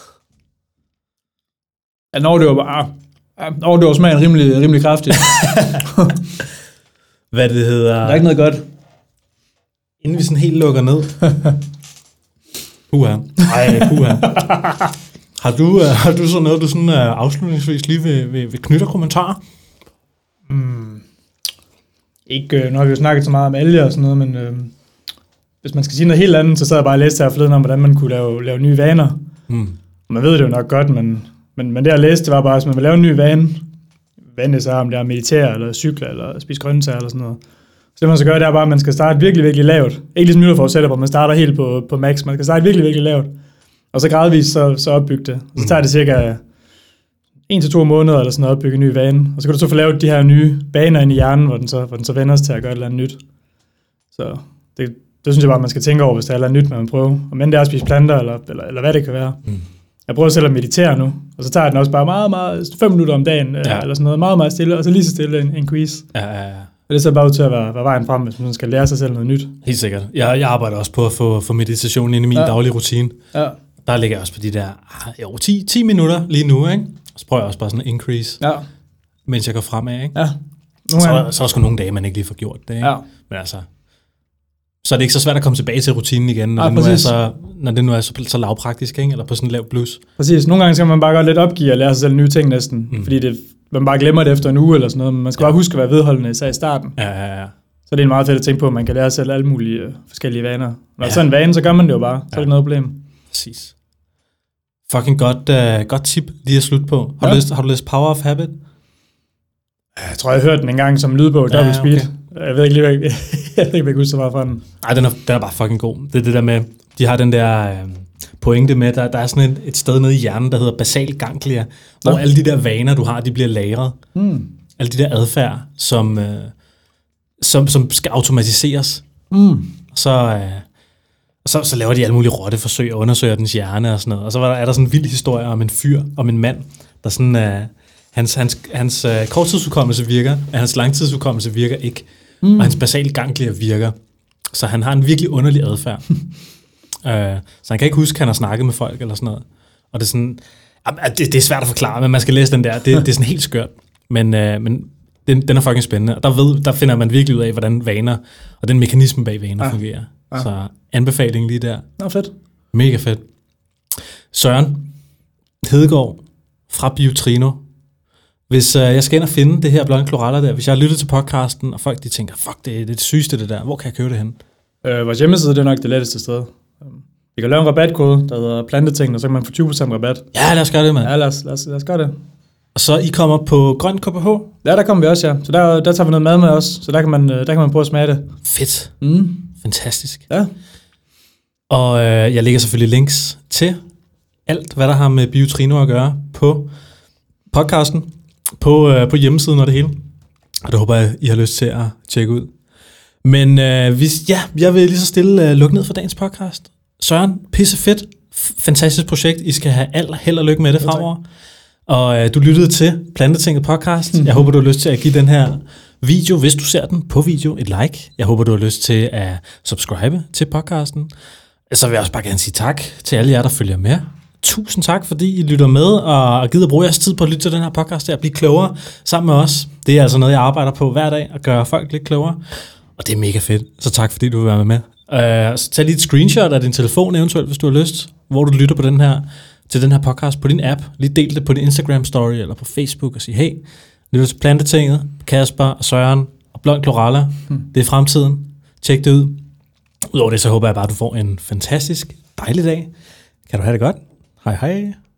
Ja, når det var smagen rimelig kraftigt. Hvad det hedder... Der er ikke noget godt. Inden vi sådan helt lukker ned. Puha. Har du så noget, du sådan afslutningsvis lige vil knytte kommentarer? Ikke, nu har vi jo snakket så meget om alger og sådan noget, men hvis man skal sige noget helt andet, så sad jeg bare og læste her forleden om, hvordan man kunne lave nye vaner. Man ved det jo nok godt, men det jeg læste, det var bare, hvis man vil lave en ny vane, det så om det er meditere, eller cykle, eller spise grøntsager, eller sådan noget. Så det man så gør, det er bare, at man skal starte virkelig, virkelig lavt. Ikke ligesom nytårsforsætter, hvor man starter helt på max. Man skal starte virkelig, virkelig lavt. Og så gradvist så opbygge det. Så tager det cirka 1 til 2 måneder, eller sådan noget, at opbygge en ny vane. Og så kan du så få lavet de her nye baner ind i hjernen, hvor den så vender sig til at gøre et eller andet nyt. Så det synes jeg bare, man skal tænke over, hvis der er noget nyt, man vil prøve. Og men det er at spise planter, eller hvad det kan være. Jeg prøver selv at meditere nu, og så tager jeg den også bare meget, meget 5 minutter om dagen, eller sådan noget, meget, meget stille, og så lige så stille en quiz. Ja. Og det er så bare ud til at være vejen frem, hvis man skal lære sig selv noget nyt. Helt sikkert. Jeg arbejder også på at få meditation ind i min daglige rutine. Ja. Der ligger jeg også på de der 10 minutter lige nu, ikke? Så prøver jeg også bare sådan en increase, mens jeg går fremad, ikke? Ja. Så er der sgu nogle dage, man ikke lige får gjort det, ikke? Ja. Men altså, så er det ikke så svært at komme tilbage til rutinen igen, når det nu er så lavpraktisk, ikke? Eller på sådan en lav blus. Præcis. Nogle gange skal man bare godt lidt opgive og lære sig selv nye ting næsten, fordi man bare glemmer det efter en uge eller sådan noget, men man skal bare huske at være vedholdende især i starten. Ja. Så det er en meget fedt at tænke på, at man kan lære sig selv alle mulige forskellige vaner. Når det er sådan en vane, så gør man det jo bare. Så er det ikke noget problem. Præcis. Fucking godt tip lige at slutte på. Har du læst Power of Habit? Jeg tror, jeg hørte den en gang som lydbog, double speed. Okay. Jeg ved ikke lige, hvad jeg kan huske så meget fra den. Nej, den er bare fucking god. Det er det der med, de har den der pointe med, der er sådan et sted nede i hjernen, der hedder basal ganglia, hvor alle de der vaner, du har, de bliver lagret. Alle de der adfærd, som skal automatiseres. Så laver de alle mulige rotteforsøg og undersøger dens hjerne og sådan noget. Og så er der sådan en vild historie om en fyr, om en mand, der sådan... Hans korttidsudkommelse virker, og hans langtidsudkommelse virker ikke. Og hans basale ganglia virker. Så han har en virkelig underlig adfærd. Så han kan ikke huske, at han har snakket med folk eller sådan noget. Og det er sådan... Det er svært at forklare, men man skal læse den der. Det er sådan helt skørt. Men den er fucking spændende. Og der finder man virkelig ud af, hvordan vaner og den mekanisme bag vaner fungerer. Så anbefaling lige der. Fedt. Mega fedt. Søren Hedegaard fra Biotrino. Hvis jeg skal ind og finde det her Blonde Chlorella der, hvis jeg har lyttet til podcasten, og folk de tænker, fuck, det er det sygeste det der, hvor kan jeg købe det hen? Vores hjemmeside, det er nok det letteste sted. Vi kan lave en rabatkode, der hedder planteting, og så kan man få 20% rabat. Ja, lad os gøre det, mand. Ja, lad os gøre det. Og så I kommer på Grøn KPH? Ja, der kommer vi også, ja. Så der tager vi noget mad med os, så der kan man prøve at smage det. Fedt. Fantastisk. Ja. Og jeg lægger selvfølgelig links til alt, hvad der har med Biotrino at gøre på podcasten, på hjemmesiden og det hele. Og det håber jeg, I har lyst til at tjekke ud. Men jeg vil lige så stille lukke ned for dagens podcast. Søren, pisse fedt. Fantastisk projekt. I skal have held og lykke med det fremover. Og du lyttede til Plantetinget podcast. Jeg håber, du har lyst til at give den her video, hvis du ser den på video, et like. Jeg håber, du har lyst til at subscribe til podcasten. Så vil jeg også bare gerne sige tak til alle jer, der følger med. Tusind tak, fordi I lytter med og gider bruge jeres tid på at lytte til den her podcast og blive klogere sammen med os. Det er altså noget, jeg arbejder på hver dag, at gøre folk lidt klogere. Og det er mega fedt. Så tak, fordi du vil være med. Så tag lige et screenshot af din telefon eventuelt, hvis du har lyst, hvor du lytter på til den her podcast på din app. Lige del det på din Instagram story eller på Facebook og sig, hey, lytter til Plantetinget, Kasper og Søren og Blond Chlorella. Det er fremtiden. Tjek det ud. Udover det, så håber jeg bare, at du får en fantastisk, dejlig dag. Kan du have det godt? Hej hej.